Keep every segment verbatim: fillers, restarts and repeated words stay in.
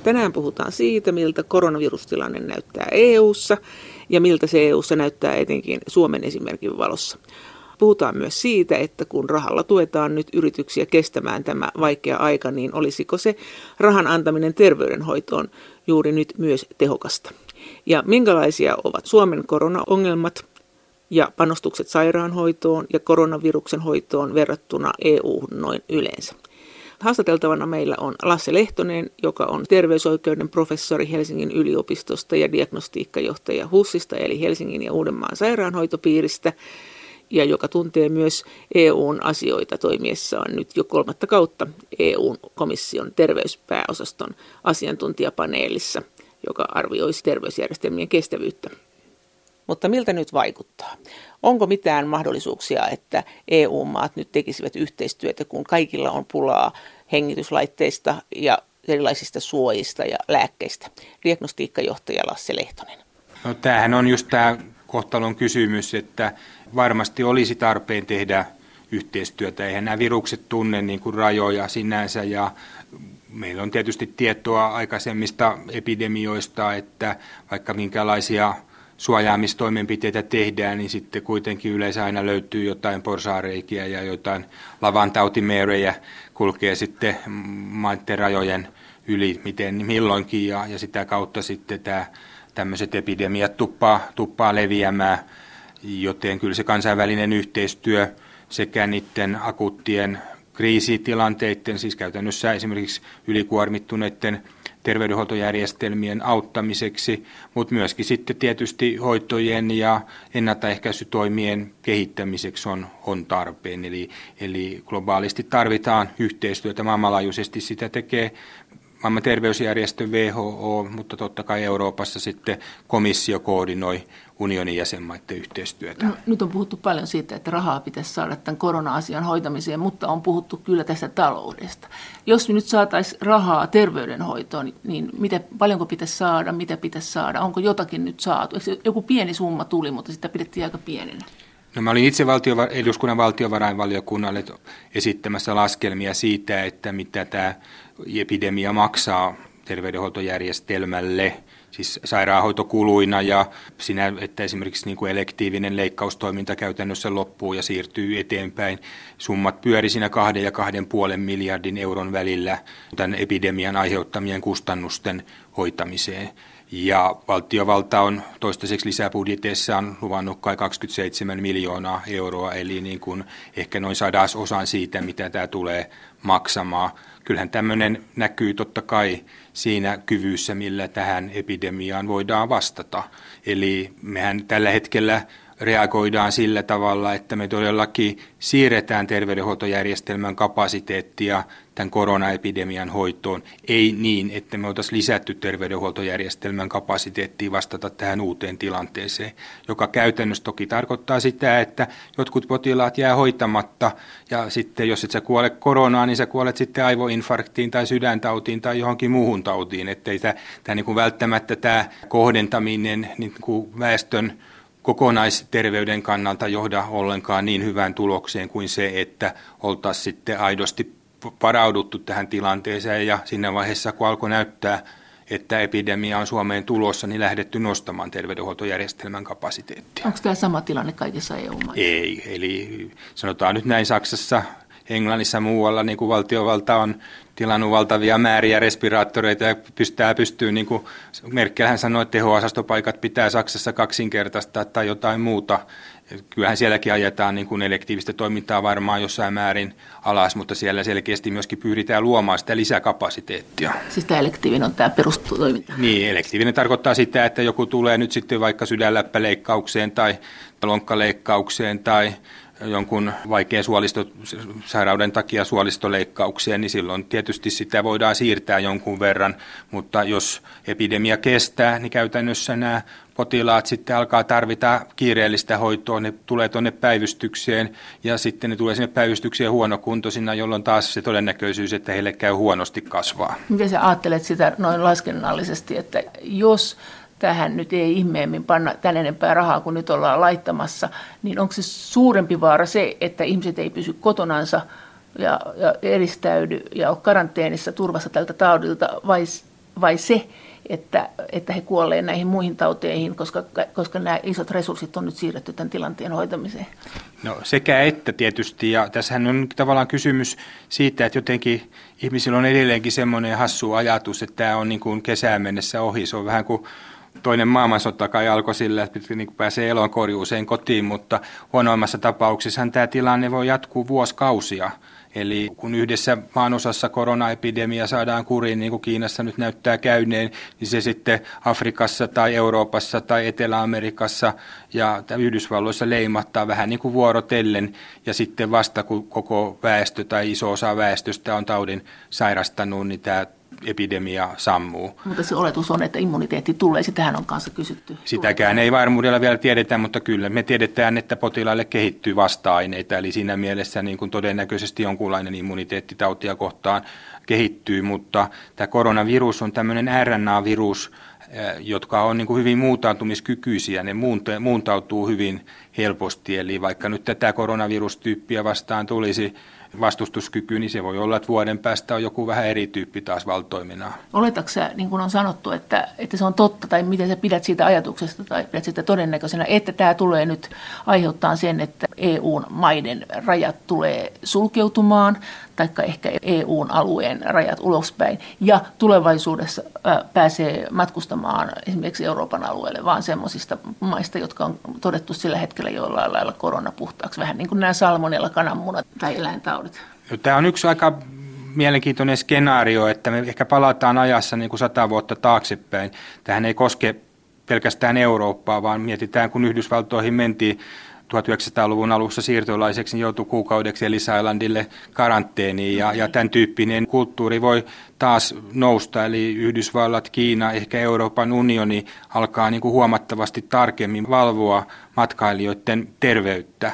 Tänään puhutaan siitä, miltä koronavirustilanne näyttää E U:ssa ja miltä se E U:ssa näyttää etenkin Suomen esimerkin valossa. Puhutaan myös siitä, että kun rahalla tuetaan nyt yrityksiä kestämään tämä vaikea aika, niin olisiko se rahan antaminen terveydenhoitoon juuri nyt myös tehokasta. Ja minkälaisia ovat Suomen koronaongelmat ja panostukset sairaanhoitoon ja koronaviruksen hoitoon verrattuna E U:hun noin yleensä. Haastateltavana meillä on Lasse Lehtonen, joka on terveysoikeuden professori Helsingin yliopistosta ja diagnostiikkajohtaja HUSista eli Helsingin ja Uudenmaan sairaanhoitopiiristä ja joka tuntee myös E U:n asioita toimiessaan nyt jo kolmatta kautta E U-komission terveyspääosaston asiantuntijapaneelissa, joka arvioisi terveysjärjestelmien kestävyyttä. Mutta miltä nyt vaikuttaa? Onko mitään mahdollisuuksia, että E U-maat nyt tekisivät yhteistyötä, kun kaikilla on pulaa hengityslaitteista ja erilaisista suojista ja lääkkeistä? Diagnostiikkajohtaja Lasse Lehtonen. No, tämähän on just tämä kohtalon kysymys, että varmasti olisi tarpeen tehdä yhteistyötä. Eihän nämä virukset tunne niin kuin rajoja sinänsä ja meillä on tietysti tietoa aikaisemmista epidemioista, että vaikka minkälaisia suojaamistoimenpiteitä tehdään, niin sitten kuitenkin yleensä aina löytyy jotain porsaareikiä ja jotain lavantautimöörejä kulkee sitten maiden rajojen yli miten milloinkin ja, ja sitä kautta sitten tämä, tämmöiset epidemiat tuppaa, tuppaa leviämään, joten kyllä se kansainvälinen yhteistyö sekä niiden akuuttien kriisitilanteiden, siis käytännössä esimerkiksi ylikuormittuneiden terveydenhuoltojärjestelmien auttamiseksi, mutta myöskin sitten tietysti hoitojen ja ennaltaehkäisytoimien kehittämiseksi on, on tarpeen. Eli, eli globaalisti tarvitaan yhteistyötä maailmanlaajuisesti, sitä tekee maailman terveysjärjestö W H O, mutta totta kai Euroopassa sitten komissio koordinoi unionin jäsenmaiden yhteistyötä. No, nyt on puhuttu paljon siitä, että rahaa pitäisi saada tämän korona-asian hoitamiseen, mutta on puhuttu kyllä tästä taloudesta. Jos nyt saataisiin rahaa terveydenhoitoon, niin mitä, paljonko pitäisi saada, mitä pitäisi saada, onko jotakin nyt saatu? Eikö joku pieni summa tuli, mutta sitä pidettiin aika pienenä? No, mä olin itse valtio, eduskunnan valtiovarainvaliokunnalle esittämässä laskelmia siitä, että mitä tämä epidemia maksaa terveydenhuoltojärjestelmälle, siis sairaanhoitokuluina ja siinä, että esimerkiksi niin kuin elektiivinen leikkaustoiminta käytännössä loppuu ja siirtyy eteenpäin. Summat pyöri siinä kahden ja kahden puolen miljardin euron välillä tämän epidemian aiheuttamien kustannusten hoitamiseen. Ja valtiovalta on toistaiseksi lisäbudjeteissaan luvannut kai kaksikymmentäseitsemän miljoonaa euroa, eli niin kuin ehkä noin sadasosan siitä, mitä tämä tulee maksamaan. Kyllähän tämmöinen näkyy totta kai siinä kyvyssä, millä tähän epidemiaan voidaan vastata. Eli mehän tällä hetkellä reagoidaan sillä tavalla, että me todellakin siirretään terveydenhuoltojärjestelmän kapasiteettia tämän koronaepidemian hoitoon. Ei niin, että me oltaisiin lisätty terveydenhuoltojärjestelmän kapasiteettia vastata tähän uuteen tilanteeseen, joka käytännössä toki tarkoittaa sitä, että jotkut potilaat jää hoitamatta ja sitten jos et sä kuole koronaan, niin sä kuolet sitten aivoinfarktiin tai sydäntautiin tai johonkin muuhun tautiin. Että ei tämä, tämä niin kuin välttämättä tämä kohdentaminen niin kuin väestön kokonaisterveyden kannalta johda ollenkaan niin hyvään tulokseen kuin se, että oltaisiin sitten aidosti varauduttu tähän tilanteeseen ja siinä vaiheessa, kun alkoi näyttää, että epidemia on Suomeen tulossa, niin lähdetty nostamaan terveydenhuoltojärjestelmän kapasiteettia. Onko tämä sama tilanne kaikissa E U-maissa? Ei, eli sanotaan nyt näin Saksassa, Englannissa muualla, niin kuin valtiovalta on tilannut valtavia määriä respiraattoreita ja pystyy, pystyy niin kuin Merkelhän sanoi, että teho-osastopaikat pitää Saksassa kaksinkertaistaa tai jotain muuta. Kyllähän sielläkin ajetaan niin kuin elektiivistä toimintaa varmaan jossain määrin alas, mutta siellä selkeästi myöskin pyritään luomaan sitä lisäkapasiteettia. Siis tämä elektiivinen on tämä perustoiminta? Niin, elektiivinen tarkoittaa sitä, että joku tulee nyt sitten vaikka sydänläppäleikkaukseen tai lonkkaleikkaukseen tai jonkun vaikean suolistosairauden takia suolistoleikkaukseen, niin silloin tietysti sitä voidaan siirtää jonkun verran, mutta jos epidemia kestää, niin käytännössä nämä potilaat sitten alkaa tarvita kiireellistä hoitoa, ne tulee tuonne päivystykseen ja sitten ne tulee sinne päivystykseen huonokuntoisina, jolloin taas se todennäköisyys, että heille käy huonosti kasvaa. Miten sä ajattelet sitä noin laskennallisesti, että jos tähän nyt ei ihmeemmin panna tän enempää rahaa kuin nyt ollaan laittamassa, niin onko se suurempi vaara se, että ihmiset ei pysy kotonansa ja, ja eristäydy ja ole karanteenissa turvassa tältä taudilta, vai vai se, että, että he kuolee näihin muihin tauteihin, koska, koska nämä isot resurssit on nyt siirretty tämän tilanteen hoitamiseen? No sekä että tietysti, ja tässähän on tavallaan kysymys siitä, että jotenkin ihmisillä on edelleenkin semmoinen hassu ajatus, että tämä on niin kuin kesään mennessä ohi. Se on vähän kuin toinen maailmansota kai alkoi sillä, että niin pääsee elonkorjuuseen kotiin, mutta huonoimmassa tapauksessa tämä tilanne voi jatkuu vuosikausia. Eli kun yhdessä maanosassa koronaepidemia saadaan kuriin, niin kuin Kiinassa nyt näyttää käyneen, niin se sitten Afrikassa tai Euroopassa tai Etelä-Amerikassa ja Yhdysvalloissa leimahtaa vähän niin kuin vuorotellen. Ja sitten vasta kun koko väestö tai iso osa väestöstä on taudin sairastanut, niin tämä epidemia sammuu. Mutta se oletus on, että immuniteetti tulee, sitähän on kanssa kysytty. Sitäkään ei varmuudella vielä tiedetä, mutta kyllä me tiedetään, että potilaille kehittyy vasta-aineita, eli siinä mielessä niin kuin todennäköisesti jonkunlainen immuniteetti tautia kohtaan kehittyy, mutta tämä koronavirus on tämmöinen R N A-virus, jotka on niin kuin hyvin muuntautumiskykyisiä, ne muuntautuu hyvin helposti, eli vaikka nyt tätä koronavirustyyppiä vastaan tulisi vastustuskyky, niin se voi olla, että vuoden päästä on joku vähän eri tyyppi taas valtoiminaa. Oletatko sä, niin kuin on sanottu, että, että se on totta, tai miten sä pidät siitä ajatuksesta, tai pidät sitä todennäköisenä, että tämä tulee nyt aiheuttaa sen, että E U-maiden rajat tulee sulkeutumaan, taikka ehkä E U-alueen rajat ulospäin, ja tulevaisuudessa ää, pääsee matkustamaan esimerkiksi Euroopan alueelle, vaan semmoisista maista, jotka on todettu sillä hetkellä jollain lailla koronapuhtaaksi, vähän niin kuin nämä salmonella, kananmunat tai eläintaudit. Tämä on yksi aika mielenkiintoinen skenaario, että me ehkä palataan ajassa niin kuin sata vuotta taaksepäin. Tähän ei koske pelkästään Eurooppaa, vaan mietitään, kun Yhdysvaltoihin mentiin tuhatyhdeksänsataaluvun alussa siirtolaiseksi, niin joutui kuukaudeksi Ellis-Islandille karanteeniin, ja, ja tämän tyyppinen kulttuuri voi taas nousta, eli Yhdysvallat, Kiina, ehkä Euroopan unioni alkaa niin kuin huomattavasti tarkemmin valvoa matkailijoiden terveyttä.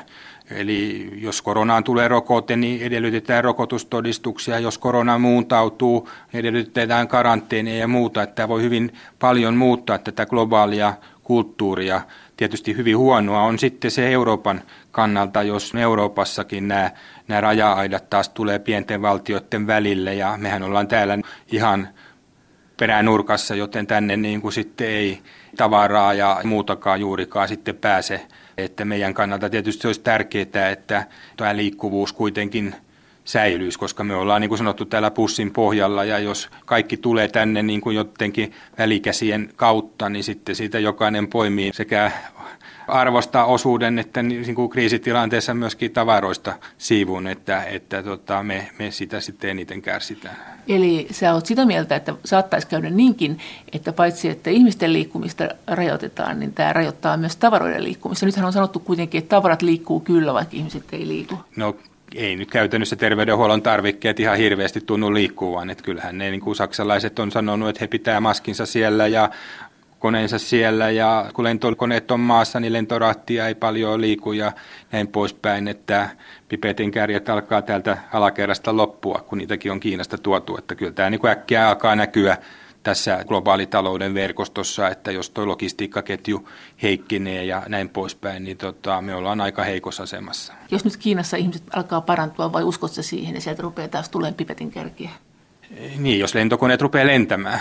Eli jos koronaan tulee rokote, niin edellytetään rokotustodistuksia. Jos korona muuntautuu, niin edellytetään karanteenia ja muuta. Että tämä voi hyvin paljon muuttaa tätä globaalia kulttuuria. Tietysti hyvin huonoa on sitten se Euroopan kannalta, jos Euroopassakin nämä, nämä raja-aidat taas tulee pienten valtioiden välille. Ja mehän ollaan täällä ihan peränurkassa, joten tänne niin kuin sitten ei tavaraa ja muutakaan juurikaan sitten pääse. Että meidän kannalta tietysti olisi tärkeää, että tämä liikkuvuus kuitenkin säilyisi, koska me ollaan niin kuin sanottu täällä pussin pohjalla, ja jos kaikki tulee tänne niin kuin jotenkin välikäsien kautta, niin sitten siitä jokainen poimii sekä arvostaa osuuden, että niin kuin kriisitilanteessa myöskin tavaroista siivun, että, että tota, me, me sitä sitten eniten kärsitään. Eli sä oot sitä mieltä, että saattaisi käydä niinkin, että paitsi että ihmisten liikkumista rajoitetaan, niin tämä rajoittaa myös tavaroiden liikkumista. Nythän on sanottu kuitenkin, että tavarat liikkuu kyllä, vaikka ihmiset ei liiku. No ei nyt käytännössä terveydenhuollon tarvikkeet ihan hirveästi tunnu liikkuvan, että kyllähän ne niin kuin saksalaiset on sanonut, että he pitää maskinsa siellä ja koneensa siellä, ja kun lentokoneet on maassa, niin lentorahtia ei paljon liiku ja näin poispäin, että pipetin kärjet alkaa täältä alakerrasta loppua, kun niitäkin on Kiinasta tuotu, että kyllä tämä niin kuin äkkiä alkaa näkyä tässä globaalitalouden verkostossa, että jos tuo logistiikkaketju heikkenee ja näin poispäin, niin tota, me ollaan aika heikossa asemassa. Jos nyt Kiinassa ihmiset alkaa parantua, vai uskotko siihen, ja sieltä rupeaa taas tulemaan pipetin kärkiä? Niin, jos lentokoneet rupeaa lentämään.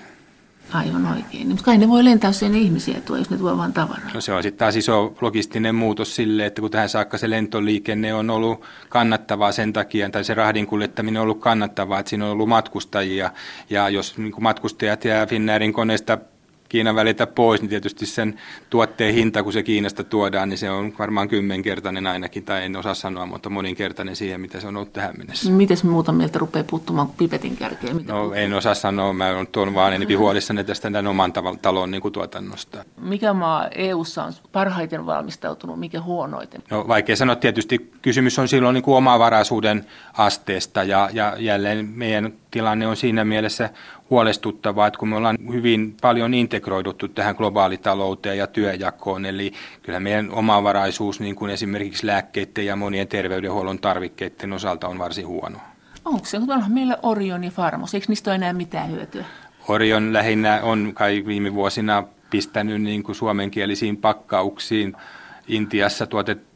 Aivan oikein. Mutta kai ne voi lentää, jos ei ne ihmisiä tuo, jos ne tuo vain tavaraa. No se on sitten taas iso logistinen muutos sille, että kun tähän saakka se lentoliikenne on ollut kannattavaa sen takia, tai se rahdin kuljettaminen on ollut kannattavaa, että siinä on ollut matkustajia. Ja jos niin kuin matkustajat jää Finnairin koneesta Kiinan väliltä pois, niin tietysti sen tuotteen hinta, kun se Kiinasta tuodaan, niin se on varmaan kymmenkertainen ainakin, tai en osaa sanoa, mutta moninkertainen siihen, mitä se on ollut tähän mennessä. Mites muuta mieltä rupeaa puuttumaan pipetin kärkeen? Mitä no puuttuu? En osaa sanoa, mä olen vaan enemmän huolissani tästä tämän oman talon niin kuin tuotannosta. Mikä maa E U:ssa on parhaiten valmistautunut, mikä huonoiten? No vaikea sanoa, tietysti kysymys on silloin niin kuin omavaraisuuden asteesta, ja, ja jälleen meidän tilanne on siinä mielessä huolestuttavaa, että kun me ollaan hyvin paljon integroiduttu tähän globaalitalouteen ja työjakoon, eli kyllä meidän omavaraisuus niin kuin esimerkiksi lääkkeiden ja monien terveydenhuollon tarvikkeiden osalta on varsin huono. Onko se, kun onhan meillä Orion ja Farmos, eikö niistä ole enää mitään hyötyä? Orion lähinnä on kai viime vuosina pistänyt niin kuin suomenkielisiin pakkauksiin Intiassa tuotettu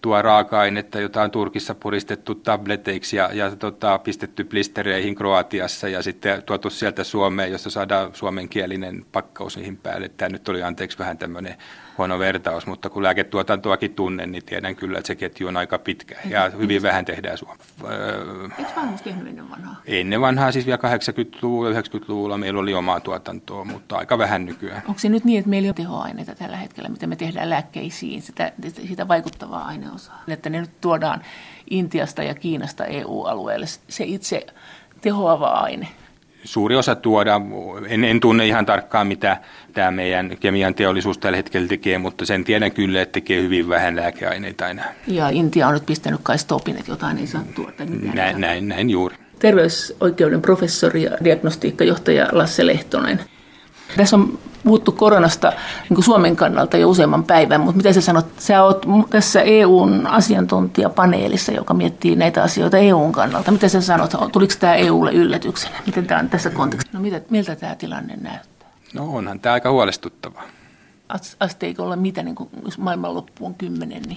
tutkittua raaka-ainetta, jota on Turkissa puristettu tableteiksi ja, ja tota, pistetty blistereihin Kroatiassa ja sitten tuotu sieltä Suomeen, jossa saadaan suomenkielinen pakkaus niihin päälle. Tämä nyt oli anteeksi vähän tämmöinen huono vertaus, mutta kun lääketuotantoakin tunnen, niin tiedän kyllä, että se ketju on aika pitkä ja hyvin vähän tehdään Suomessa. Eikö vanhuus tehnyt ennen vanhaa? Ennen vanhaa, siis vielä kahdeksankymmentäluvulla, yhdeksänkymmentäluvulla meillä oli omaa tuotantoa, mutta aika vähän nykyään. Onko se nyt niin, että meillä on tehoaineita tällä hetkellä, mitä me tehdään lääkkeisiin, sitä, sitä vaikuttavaa aineosaa? Että ne nyt tuodaan Intiasta ja Kiinasta E U-alueelle, se itse tehoava aine. Suuri osa tuodaan, en, en tunne ihan tarkkaan mitä tämä meidän kemian teollisuus tällä hetkellä tekee, mutta sen tiedän kyllä, että tekee hyvin vähän lääkeaineita enää. Ja Intia on nyt pistänyt kai stopin, että jotain ei saa tuoda. Näin, näin, näin juuri. Terveysoikeuden professori ja diagnostiikkajohtaja Lasse Lehtonen. Tässä on puhuttu koronasta niin kuin Suomen kannalta jo useamman päivän, mutta mitä sä sanot? Sä oot tässä E U:n asiantuntijapaneelissa, joka miettii näitä asioita E U:n kannalta. Mitä sä sanot? Tuliko tämä E U:lle yllätyksenä? Miten tämä on tässä kontekstissa? No mitä, miltä tämä tilanne näyttää? No onhan tämä aika huolestuttavaa. Asteikolla mitä, niin kuin, jos maailmanloppu on kymmenen, niin...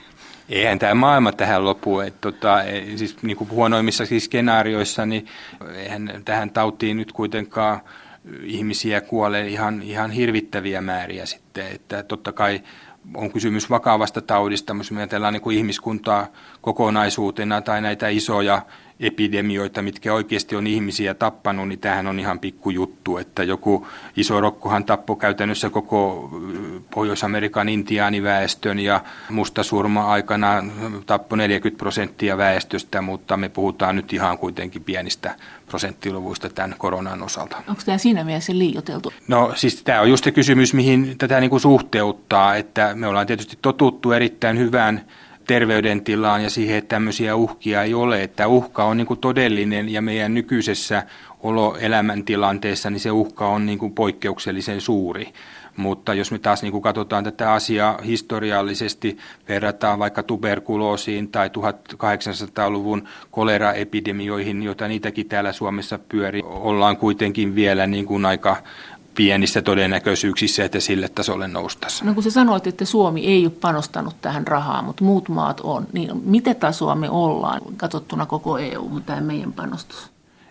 Eihän tämä maailma tähän lopu. Että tota, siis, niin kuin huonoimmissa siis skenaarioissa, niin eihän tähän tautiin nyt kuitenkaan ihmisiä kuolee ihan, ihan hirvittäviä määriä sitten, että totta kai on kysymys vakavasta taudista, jos me ajatellaan niin kuin ihmiskuntaa kokonaisuutena tai näitä isoja epidemioita, mitkä oikeasti on ihmisiä tappanut, niin tämähän on ihan pikkujuttu, että joku iso rokkohan tappoi käytännössä koko Pohjois-Amerikan intiaaniväestön ja mustasurma-aikana tappoi neljäkymmentä prosenttia väestöstä, mutta me puhutaan nyt ihan kuitenkin pienistä prosenttiluvuista tämän koronan osalta. Onko tämä siinä mielessä liioiteltu? No siis tämä on just se kysymys, mihin tätä niin kuin suhteuttaa, että me ollaan tietysti totuttu erittäin hyvään terveydentilaan ja siihen, että tämmöisiä uhkia ei ole, että uhka on niin kuin todellinen ja meidän nykyisessä oloelämäntilanteessa niin se uhka on niin kuin poikkeuksellisen suuri. Mutta jos me taas niin kuin katsotaan tätä asiaa historiallisesti, verrataan vaikka tuberkuloosiin tai tuhatkahdeksansataaluvun koleraepidemioihin, joita niitäkin täällä Suomessa pyörii, ollaan kuitenkin vielä niin kuin aika pienissä todennäköisyyksissä, että sille tasolle noustaisiin. No kun sä sanoit, että Suomi ei ole panostanut tähän rahaa, mutta muut maat on, niin mitä tasoa me ollaan katsottuna koko E U, tämä meidän panostus?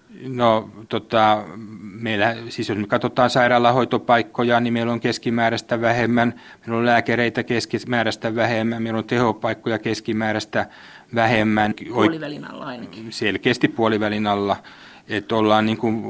No tota, meillä, siis jos me katsotaan sairaalahoitopaikkoja, niin meillä on keskimääräistä vähemmän, meillä on lääkäreitä keskimääräistä vähemmän, meillä on tehopaikkoja keskimääräistä vähemmän. Puolivälin alla ainakin. Selkeästi puolivälin alla, että ollaan niin kuin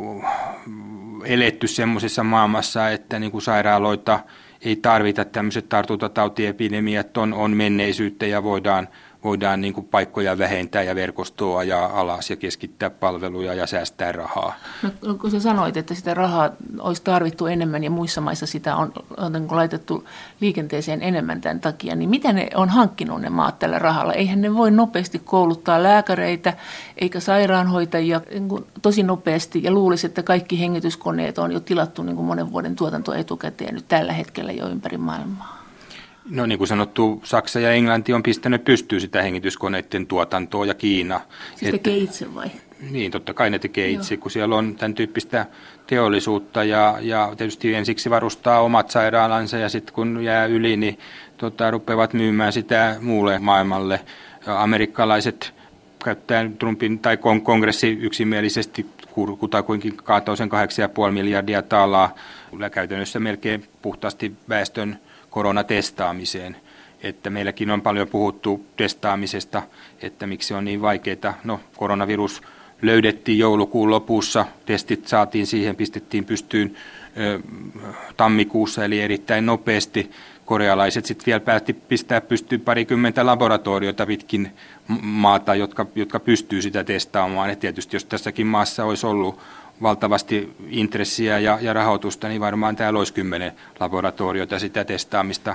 eletty semmoisessa maailmassa, että niin kuin sairaaloita ei tarvita, tämmöiset tartuntatautiepidemiat on, on menneisyyttä ja voidaan, voidaan niin kuin paikkoja vähentää ja verkostoa ajaa alas ja keskittää palveluja ja säästää rahaa. No, kun sä sanoit, että sitä rahaa olisi tarvittu enemmän ja muissa maissa sitä on, on laitettu liikenteeseen enemmän tämän takia, niin miten ne on hankkinut ne maat tällä rahalla? Eihän ne voi nopeasti kouluttaa lääkäreitä eikä sairaanhoitajia niin kuin tosi nopeasti ja luulisi, että kaikki hengityskoneet on jo tilattu niin kuin monen vuoden tuotanto etukäteen nyt tällä hetkellä jo ympäri maailmaa. No niin kuin sanottu, Saksa ja Englanti on pistänyt pystyyn sitä hengityskoneiden tuotantoa ja Kiina. Siis tekee itse vai? Niin, totta kai ne tekee Joo. itse, kun siellä on tämän tyyppistä teollisuutta ja, ja tietysti ensiksi varustaa omat sairaalansa ja sitten kun jää yli, niin tota, rupeavat myymään sitä muulle maailmalle. Amerikkalaiset käyttää Trumpin tai kongressi yksimielisesti kutakuinkin kaatoi sen kahdeksan pilkku viisi miljardia taalaa käytännössä melkein puhtaasti väestön koronatestaamiseen, että meilläkin on paljon puhuttu testaamisesta, että miksi on niin vaikeaa. No, koronavirus löydettiin joulukuun lopussa, testit saatiin siihen, pistettiin pystyyn ö, tammikuussa, eli erittäin nopeasti. Korealaiset sitten vielä päätti pistää pystyyn parikymmentä laboratoriota pitkin maata, jotka, jotka pystyy sitä testaamaan. Et tietysti jos tässäkin maassa olisi ollut valtavasti intressiä ja, ja rahoitusta, niin varmaan täällä olisi kymmenen laboratoriota sitä testaamista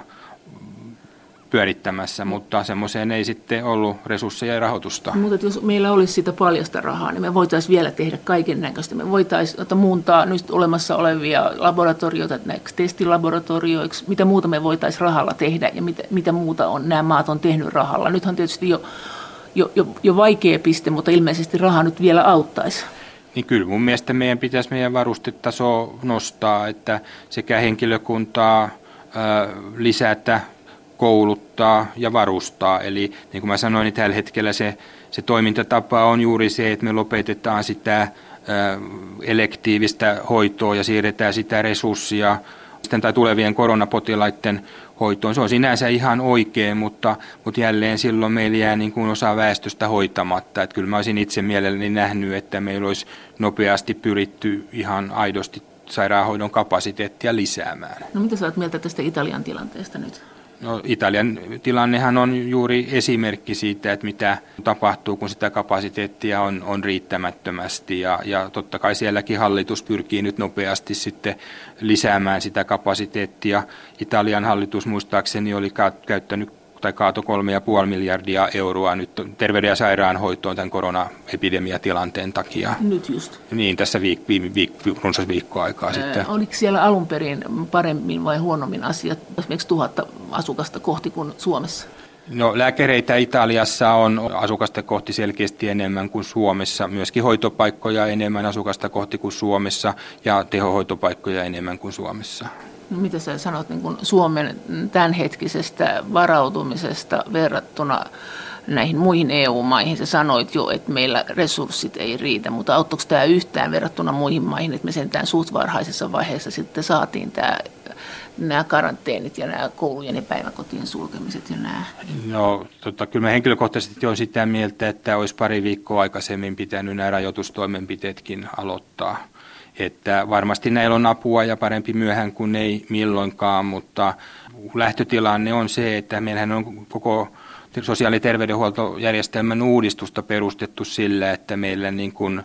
pyörittämässä, mutta semmoiseen ei sitten ollut resursseja ja rahoitusta. Mutta jos meillä olisi sitä paljasta rahaa, niin me voitaisiin vielä tehdä kaiken näköistä. Me voitaisiin muuntaa nyt olemassa olevia laboratorioita näiksi testilaboratorioiksi, mitä muuta me voitaisiin rahalla tehdä ja mitä, mitä muuta on, nämä maat on tehnyt rahalla. Nythän on tietysti jo, jo, jo, jo vaikea piste, mutta ilmeisesti raha nyt vielä auttaisi. Niin kyllä mun mielestä meidän pitäisi meidän varustetasoa nostaa, että sekä henkilökuntaa ää, lisätä, kouluttaa ja varustaa. Eli niin kuin mä sanoin, niin tällä hetkellä se, se toimintatapa on juuri se, että me lopetetaan sitä elektiivistä hoitoa ja siirretään sitä resurssia tai tulevien koronapotilaiden hoitoon. Se on sinänsä ihan oikein, mutta, mutta jälleen silloin meillä jää niin kuin osa väestöstä hoitamatta. Että kyllä mä olisin itse mielelläni nähnyt, että meillä olisi nopeasti pyritty ihan aidosti sairaanhoidon kapasiteettia lisäämään. No mitä sä oot mieltä tästä Italian tilanteesta nyt? No, Italian tilannehan on juuri esimerkki siitä, että mitä tapahtuu, kun sitä kapasiteettia on, on riittämättömästi. Ja, ja totta kai sielläkin hallitus pyrkii nyt nopeasti sitten lisäämään sitä kapasiteettia. Italian hallitus muistaakseni oli käyttänyt tai kaato kolme ja puoli miljardia euroa nyt terveyden ja sairaanhoitoon tämän koronaepidemiatilanteen takia. Nyt just. Niin, tässä viik- viime viik- runsas viikkoa aikaa sitten. Oliko siellä alun perin paremmin vai huonommin asiat, esimerkiksi tuhatta asukasta kohti kuin Suomessa? No, lääkäreitä Italiassa on asukasta kohti selkeästi enemmän kuin Suomessa, myöskin hoitopaikkoja enemmän asukasta kohti kuin Suomessa ja tehohoitopaikkoja enemmän kuin Suomessa. No, mitä sä sanot niin kuin Suomen tämänhetkisestä varautumisesta verrattuna näihin muihin E U-maihin? Sä sanoit jo, että meillä resurssit ei riitä, mutta auttoiko tämä yhtään verrattuna muihin maihin, että me sentään suht varhaisessa vaiheessa sitten saatiin tämä, nämä karanteenit ja nämä koulujen ja päiväkotien sulkemiset ja nämä? No, tota, kyllä mä henkilökohtaisesti olen sitä mieltä, että olisi pari viikkoa aikaisemmin pitänyt nämä rajoitustoimenpiteetkin aloittaa. Että varmasti näillä on apua ja parempi myöhään kuin ei milloinkaan, mutta lähtötilanne on se, että meillähän on koko sosiaali- ja terveydenhuoltojärjestelmän uudistusta perustettu sillä, että meillä niin kuin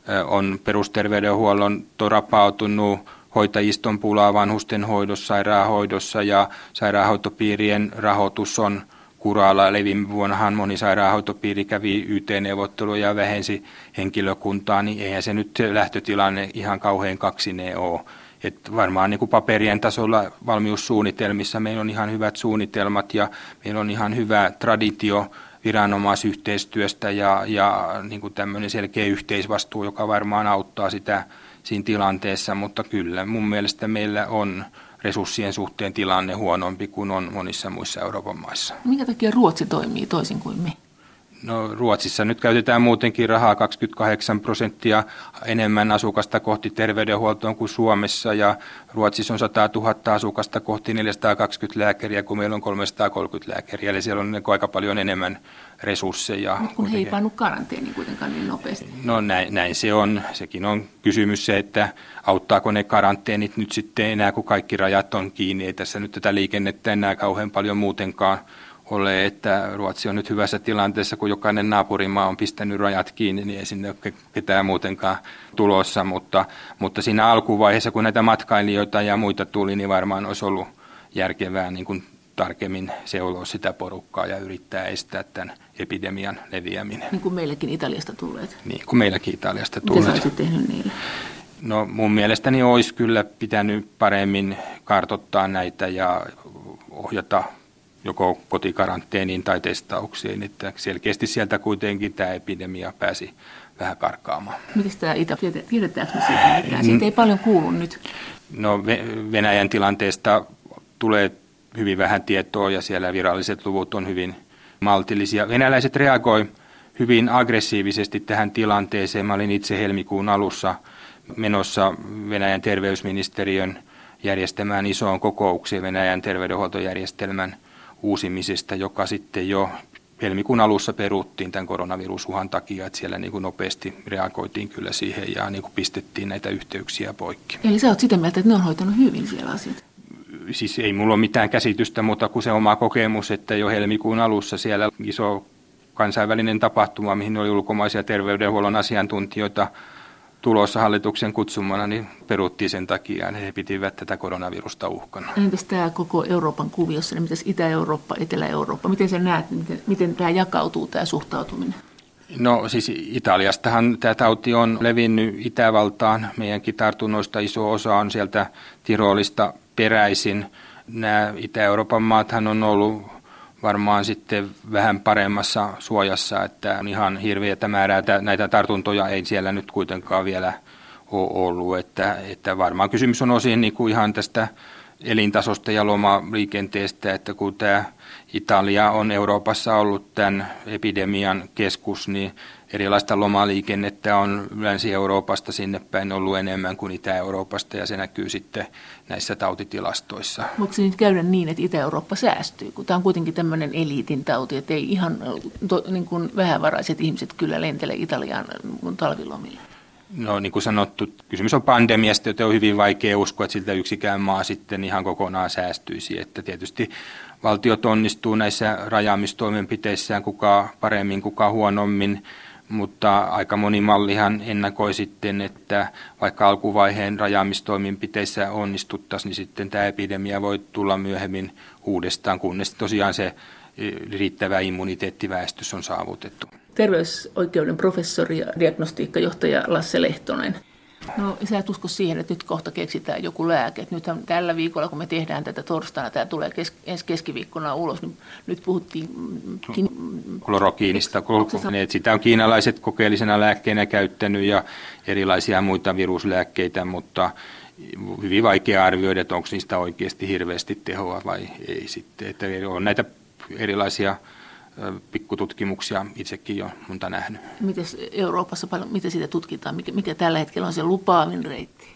on perusterveydenhuollon rapautunut, hoitajiston pulaa vanhusten hoidossa, sairaanhoidossa ja sairaanhoitopiirien rahoitus on kuralla. Eli viime vuonnahan moni sairaanhoitopiiri kävi Y T-neuvotteluja ja vähensi henkilökuntaa, niin eihän se nyt lähtötilanne ihan kauhean kaksinen ole. Et varmaan niin kuin paperien tasolla valmiussuunnitelmissa meillä on ihan hyvät suunnitelmat ja meillä on ihan hyvä traditio viranomaisyhteistyöstä ja, ja niin kuin tämmöinen selkeä yhteisvastuu, joka varmaan auttaa sitä siinä tilanteessa, mutta kyllä mun mielestä meillä on resurssien suhteen tilanne huonompi kuin on monissa muissa Euroopan maissa. Minkä takia Ruotsi toimii toisin kuin me? No, Ruotsissa nyt käytetään muutenkin rahaa kaksikymmentäkahdeksan prosenttia enemmän asukasta kohti terveydenhuoltoon kuin Suomessa ja Ruotsissa on sata tuhatta asukasta kohti neljäsataakaksikymmentä lääkäriä, kun meillä on kolmesataakolmekymmentä lääkäriä, eli siellä on aika paljon enemmän resursseja. Mutta kun he ei pannut karanteeniin kuitenkaan niin nopeasti. No näin, näin se on. Sekin on kysymys se, että auttaako ne karanteenit nyt sitten enää, kun kaikki rajat on kiinni. Ei tässä nyt tätä liikennettä enää kauhean paljon muutenkaan ole, että Ruotsi on nyt hyvässä tilanteessa, kun jokainen naapurimaa on pistänyt rajat kiinni, niin ei sinne ole ketään muutenkaan tulossa, mutta, mutta siinä alkuvaiheessa, kun näitä matkailijoita ja muita tuli, niin varmaan olisi ollut järkevää niin kuin tarkemmin seuloa sitä porukkaa ja yrittää estää tämän epidemian leviäminen. Niin kuin meillekin Italiasta tulleet. Niin kuin meillekin Italiasta tulleet. Mitä sä olisit tehnyt niille? No mun mielestäni olisi kyllä pitänyt paremmin kartoittaa näitä ja ohjata joko kotikaranteeniin tai testauksiin, että selkeästi sieltä kuitenkin tämä epidemia pääsi vähän karkaamaan. Miten tämä Itä, tiedetäänkö me siitä mitään? Siitä ei paljon kuulu nyt. No Venäjän tilanteesta tulee hyvin vähän tietoa ja siellä viralliset luvut on hyvin maltillisia. Venäläiset reagoi hyvin aggressiivisesti tähän tilanteeseen. Mä olin itse helmikuun alussa menossa Venäjän terveysministeriön järjestämään isoon kokoukseen Venäjän terveydenhuoltojärjestelmän uusimisesta, joka sitten jo helmikuun alussa peruttiin tämän koronavirusuhan takia, että siellä niin kuin nopeasti reagoitiin kyllä siihen ja niin kuin pistettiin näitä yhteyksiä poikki. Eli sä oot sitä mieltä, että ne on hoitanut hyvin siellä asiat? Siis ei mulla ole mitään käsitystä, mutta kun se oma kokemus, että jo helmikuun alussa siellä iso kansainvälinen tapahtuma, mihin oli ulkomaisia terveydenhuollon asiantuntijoita tulossa hallituksen kutsumana, niin peruttiin sen takia, että he pitivät tätä koronavirusta uhkana. Entäs tämä koko Euroopan kuviossa, niin mitäs Itä-Eurooppa, Etelä-Eurooppa, miten sä näet, miten, miten tämä jakautuu, tämä suhtautuminen? No siis Italiastahan tämä tauti on levinnyt Itävaltaan. Meidänkin tartunnoista iso osa on sieltä Tirolista peräisin. Nämä Itä-Euroopan maathan on ollut varmaan sitten vähän paremmassa suojassa, että on ihan hirveätä määrää näitä tartuntoja ei siellä nyt kuitenkaan vielä ole ollut. Että, että varmaan kysymys on osin niin kuin ihan tästä elintasosta ja lomaliikenteestä, että kun tämä Italia on Euroopassa ollut tämän epidemian keskus, niin erilaista lomaliikennettä on Länsi-Euroopasta sinne päin ollut enemmän kuin Itä-Euroopasta, ja se näkyy sitten näissä tautitilastoissa. Voiko se nyt käydä niin, että Itä-Eurooppa säästyy, kun tämä on kuitenkin tämmöinen eliitin tauti, että ei ihan to, niin kuin vähävaraiset ihmiset kyllä lentele Italiaan talvilomille? No niin kuin sanottu, kysymys on pandemiasta, joten on hyvin vaikea uskoa, että siltä yksikään maa sitten ihan kokonaan säästyisi. Että tietysti valtiot onnistuu näissä rajaamistoimenpiteissään, kuka paremmin, kuka huonommin, mutta aika moni mallihan ennakoi sitten, että vaikka alkuvaiheen rajaamistoimenpiteissä onnistuttaisiin, niin sitten tämä epidemia voi tulla myöhemmin uudestaan, kunnes tosiaan se riittävä immuniteettiväestys on saavutettu. Terveysoikeuden professori ja diagnostiikkajohtaja Lasse Lehtonen. No sä et usko siihen, että nyt kohta keksitään joku lääke. Nythän tällä viikolla, kun me tehdään tätä torstaina, tämä tulee kes- ensi keskiviikkona ulos, niin nyt puhuttiin kin- klorokiinista. Sitä on kiinalaiset kokeellisena lääkkeenä käyttänyt ja erilaisia muita viruslääkkeitä, mutta hyvin vaikea arvioida, että onko niistä oikeasti hirveästi tehoa vai ei sitten. Että on näitä erilaisia pikkututkimuksia itsekin jo monta nähnyt. Miten Euroopassa paljon, miten siitä tutkitaan? Mikä, mikä tällä hetkellä on se lupaavin reitti?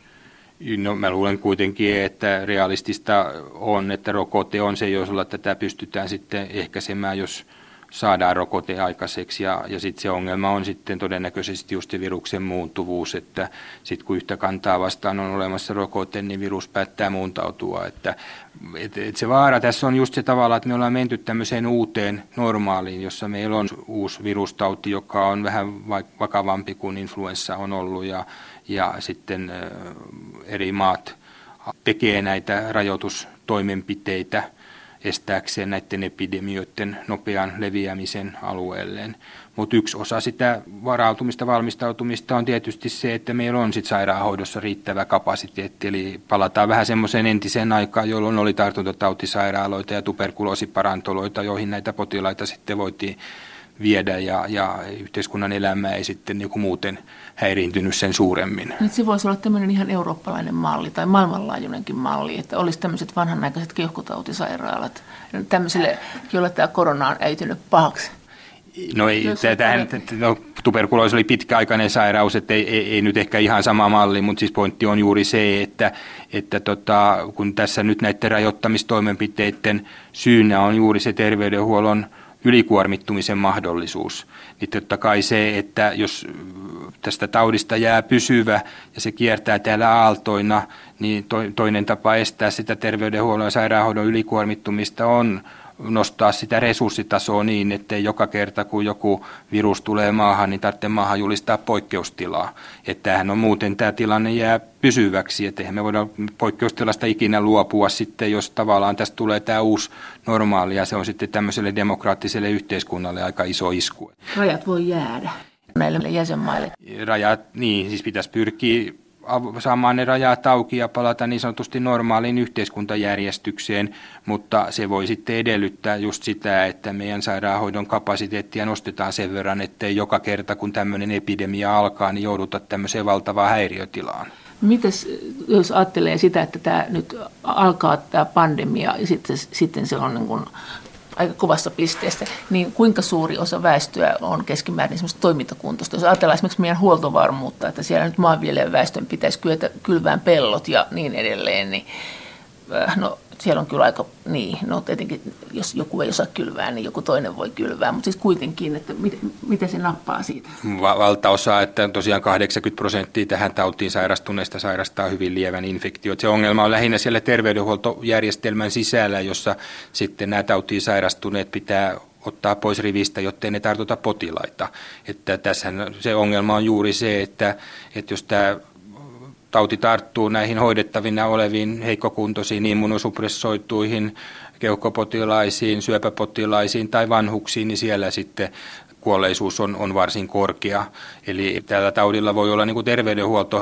No mä luulen kuitenkin, että realistista on, että rokote on se, jolla tätä pystytään sitten ehkäisemään, jos saadaan rokote aikaiseksi. Ja, ja sitten se ongelma on sitten todennäköisesti just se viruksen muuntuvuus, että sitten kun yhtä kantaa vastaan on olemassa rokote, niin virus päättää muuntautua. Että et, et se vaara tässä on just se tavalla, että me ollaan menty tämmöiseen uuteen normaaliin, jossa meillä on uusi virustauti, joka on vähän vakavampi kuin influenssa on ollut ja, ja sitten ä, eri maat tekee näitä rajoitustoimenpiteitä estääkseen näiden epidemioiden nopean leviämisen alueelleen. Mutta yksi osa sitä varautumista, valmistautumista on tietysti se, että meillä on sit sairaanhoidossa riittävä kapasiteetti. Eli palataan vähän semmoiseen entiseen aikaan, jolloin oli tartuntatautisairaaloita ja tuberkuloosiparantoloita, joihin näitä potilaita sitten voitiin viedä ja, ja yhteiskunnan elämä ei sitten niin kuin muuten häiriintynyt sen suuremmin. Nyt se voisi olla tämmöinen ihan eurooppalainen malli tai maailmanlaajuinenkin malli, että olisi tämmöiset vanhanaikaiset keuhkotautisairaalat tämmöiselle, jolla tämä korona on äitynyt pahaksi. No ei, tämähän, no, tuberkuloosi oli pitkäaikainen sairaus, että ei, ei, ei nyt ehkä ihan sama malli, mutta siis pointti on juuri se, että, että tota, kun tässä nyt näiden rajoittamistoimenpiteiden syynä on juuri se terveydenhuollon ylikuormittumisen mahdollisuus, niin totta kai se, että jos tästä taudista jää pysyvä ja se kiertää täällä aaltoina, niin toinen tapa estää sitä terveydenhuollon ja sairaanhoidon ylikuormittumista on nostaa sitä resurssitasoa niin, että joka kerta kun joku virus tulee maahan, niin tarvitsee maahan julistaa poikkeustilaa. Että tämähän on muuten, tämä tilanne jää pysyväksi, että eihän me voida poikkeustilasta ikinä luopua sitten, jos tavallaan tästä tulee tämä uusi normaali ja se on sitten tämmöiselle demokraattiselle yhteiskunnalle aika iso isku. Rajat voi jäädä näille jäsenmaille. Rajat, niin siis pitäisi pyrkiä saamaan ne rajat auki ja palata niin sanotusti normaaliin yhteiskuntajärjestykseen, mutta se voi sitten edellyttää just sitä, että meidän sairaanhoidon kapasiteettia nostetaan sen verran, ettei joka kerta kun tämmöinen epidemia alkaa, niin jouduta tämmöiseen valtavaan häiriötilaan. Mites, jos ajattelee sitä, että tämä nyt alkaa tämä pandemia ja sitten, sitten se on niin kuin aika kovassa pisteessä, niin kuinka suuri osa väestöä on keskimäärin semmoista toimintakuntoista? Jos ajatellaan esimerkiksi meidän huoltovarmuutta, että siellä nyt maanviljelijän väestön pitäisi kyetä kylvään pellot ja niin edelleen, niin no siellä on kyllä aika, niin, no tietenkin jos joku ei osaa kylvää, niin joku toinen voi kylvää, mutta siis kuitenkin, että mit, miten se nappaa siitä? Valtaosa, että tosiaan kahdeksankymmentä prosenttia tähän tautiin sairastuneista sairastaa hyvin lievän infektion. Se ongelma on lähinnä siellä terveydenhuoltojärjestelmän sisällä, jossa sitten nämä tautiin sairastuneet pitää ottaa pois rivistä, jottei ne tartuta potilaita. Että tässähän se ongelma on juuri se, että, että jos tämä tauti tarttuu näihin hoidettavina oleviin heikkokuntoisiin immunosupressoituihin keuhkopotilaisiin, syöpäpotilaisiin tai vanhuksiin, niin siellä sitten kuolleisuus on, on varsin korkea. Eli tällä taudilla voi olla niin kuin terveydenhuolto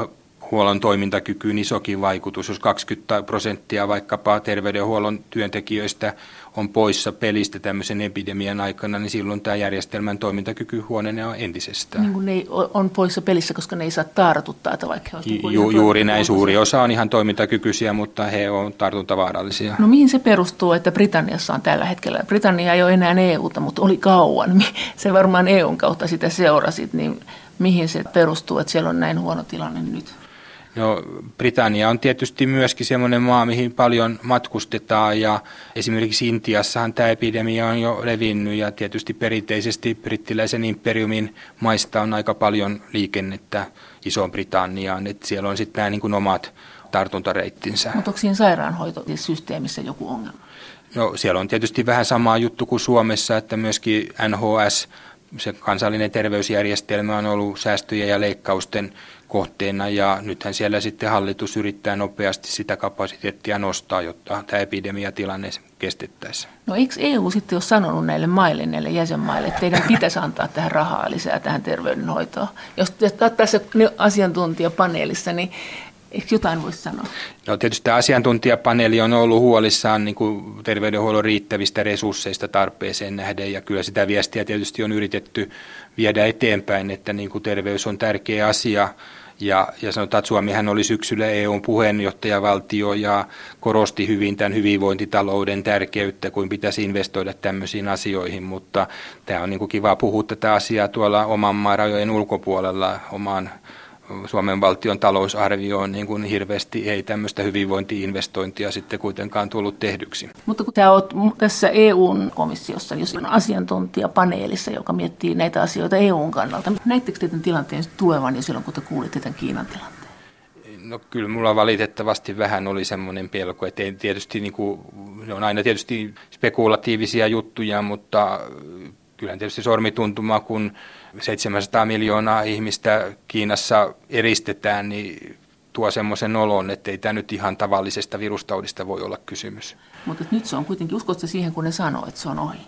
terveydenhuollon toimintakykyyn isokin vaikutus. Jos kaksikymmentä prosenttia vaikkapa terveydenhuollon työntekijöistä on poissa pelistä tämmöisen epidemian aikana, niin silloin tämä järjestelmän toimintakyky huononee entisestään. Niin kuin ne on poissa pelissä, koska ne ei saa tartuttaa, että vaikka he olisivat Ju, Juuri näin. Suuri osa on ihan toimintakykyisiä, mutta he ovat tartuntavaarallisia. No mihin se perustuu, että Britanniassa on tällä hetkellä? Britannia ei ole enää E U:ta, mutta oli kauan. Se varmaan E U:n kautta sitä seurasit, niin mihin se perustuu, että siellä on näin huono tilanne nyt? No, Britannia on tietysti myöskin semmoinen maa, mihin paljon matkustetaan ja esimerkiksi Intiassahan tämä epidemia on jo levinnyt ja tietysti perinteisesti brittiläisen imperiumin maista on aika paljon liikennettä Isoon Britanniaan, että siellä on sitten nämä niin kuin omat tartuntareittinsä. Mutta onko siinä sairaanhoitosysteemissä joku ongelma? No, siellä on tietysti vähän sama juttu kuin Suomessa, että myöskin N H S, se kansallinen terveysjärjestelmä on ollut säästöjen ja leikkausten kohteena ja nythän siellä sitten hallitus yrittää nopeasti sitä kapasiteettia nostaa, jotta tämä epidemiatilanne kestettäisiin. No eikö E U sitten ole sanonut näille maille, näille jäsenmaille, että teidän pitäisi antaa tähän rahaa lisää tähän terveydenhoitoon? Jos tässä asiantuntijapaneelissa, niin eikö jotain voisi sanoa? No tietysti tämä asiantuntijapaneeli on ollut huolissaan niin kuin terveydenhuollon riittävistä resursseista tarpeeseen nähden ja kyllä sitä viestiä tietysti on yritetty viedä eteenpäin, että niin kuin terveys on tärkeä asia ja, ja sanotaan, että Suomihan oli syksyllä E U:n puheenjohtajavaltio ja korosti hyvin tämän hyvinvointitalouden tärkeyttä, kuin pitäisi investoida tämmöisiin asioihin, mutta tämä on niin kuin kiva puhua tätä asiaa tuolla oman maan rajojen ulkopuolella omaan Suomen valtion talousarvioon niin kuin hirveästi ei tämmöistä hyvinvointi-investointia sitten kuitenkaan tullut tehdyksi. Mutta kun tämä olet tässä E U-komissiossa, jos on asiantuntijapaneelissa, joka miettii näitä asioita E U:n kannalta, näittekö teidän tilanteen tulevan jo silloin, kun te kuulitte tämän Kiinan tilanteen? No kyllä mulla valitettavasti vähän oli semmoinen pelko, että ei tietysti niin kuin, ne on aina tietysti spekulatiivisia juttuja, mutta kyllähän tietysti sormituntuma, kun seitsemänsataa miljoonaa ihmistä Kiinassa eristetään, niin tuo semmoisen olon, että ei tämä nyt ihan tavallisesta virustaudista voi olla kysymys. Mutta nyt se on kuitenkin, uskotko siihen, kun ne sanoo, että se on ohi?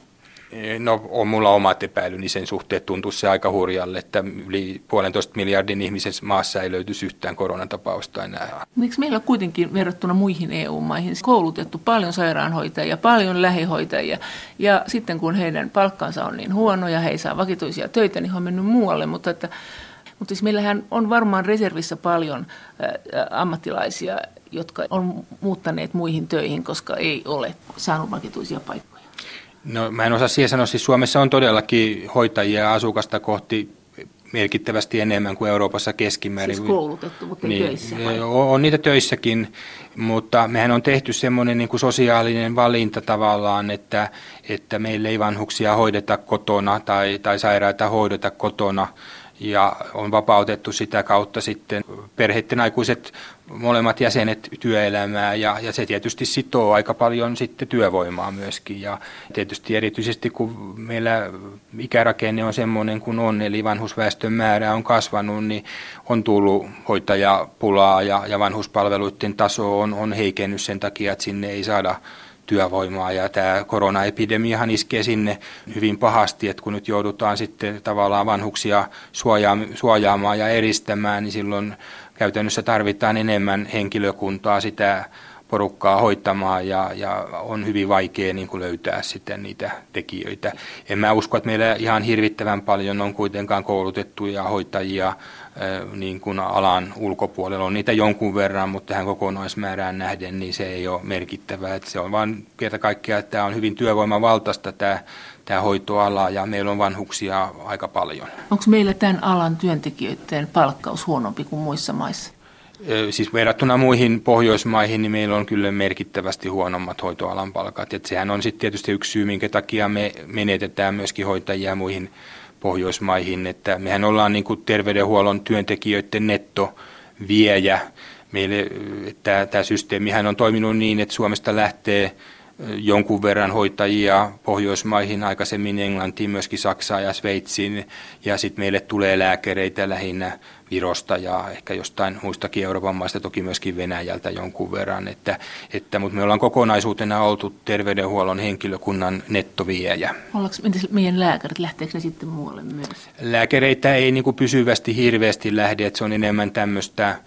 No on mulla omat epäilyni sen suhteen, tuntuu se aika hurjalle, että yli puolentoista miljardin ihmisen maassa ei löytyisi yhtään koronatapausta enää. Miksi meillä on kuitenkin verrattuna muihin E U-maihin koulutettu paljon sairaanhoitajia, paljon lähihoitajia ja sitten kun heidän palkkansa on niin huono ja he ei saa vakituisia töitä, niin he on mennyt muualle, mutta että Mutta siis meillähän on varmaan reservissä paljon ammattilaisia, jotka on muuttaneet muihin töihin, koska ei ole saanut vakituisia paikkoja. No mä en osaa siihen sanoa, siis Suomessa on todellakin hoitajia asukasta kohti merkittävästi enemmän kuin Euroopassa keskimäärin. Siis koulutettu, mutta ei niin, töissä. On niitä töissäkin, mutta mehän on tehty semmoinen niin kuin sosiaalinen valinta tavallaan, että, että meillä ei vanhuksia hoideta kotona tai, tai sairaita hoideta kotona. Ja on vapautettu sitä kautta sitten perheiden aikuiset molemmat jäsenet työelämää ja, ja se tietysti sitoo aika paljon sitten työvoimaa myöskin. Ja tietysti erityisesti kun meillä ikärakenne on semmoinen kuin on, eli vanhusväestön määrä on kasvanut, niin on tullut hoitajapulaa ja, ja vanhuspalveluiden taso on, on heikennyt sen takia, että sinne ei saada työvoimaa ja tämä koronaepidemiahan iskee sinne hyvin pahasti, että kun nyt joudutaan sitten tavallaan vanhuksia suojaamaan ja eristämään, niin silloin käytännössä tarvitaan enemmän henkilökuntaa sitä porukkaa hoitamaan ja, ja on hyvin vaikea niin kuin löytää sitten niitä tekijöitä. En mä usko, että meillä ihan hirvittävän paljon on kuitenkaan koulutettuja hoitajia niin kuin alan ulkopuolella. On niitä jonkun verran, mutta tähän kokonaismäärään nähden niin se ei ole merkittävää. Että se on vain kerta kaikkiaan, että tämä on hyvin työvoimavaltaista tämä, tämä hoitoala ja meillä on vanhuksia aika paljon. Onko meillä tämän alan työntekijöiden palkkaus huonompi kuin muissa maissa? Siis verrattuna muihin Pohjoismaihin, niin meillä on kyllä merkittävästi huonommat hoitoalan palkat. Et sehän on sitten tietysti yksi syy, minkä takia me menetetään myöskin hoitajia muihin Pohjoismaihin. Että mehän ollaan niin kuin terveydenhuollon työntekijöiden nettoviejä. Meille tämä systeemihän on toiminut niin, että Suomesta lähtee jonkun verran hoitajia Pohjoismaihin, aikaisemmin Englantiin, myöskin Saksaan ja Sveitsiin, ja sitten meille tulee lääkäreitä lähinnä Virosta ja ehkä jostain muistakin Euroopan maista, toki myöskin Venäjältä jonkun verran, että, että, mutta me ollaan kokonaisuutena oltu terveydenhuollon henkilökunnan nettoviejä. Ollaanko meidän lääkärit, lähteekö ne sitten muualle myös? Lääkäreitä ei niin kuin pysyvästi hirveästi lähde, että se on enemmän tämmöistä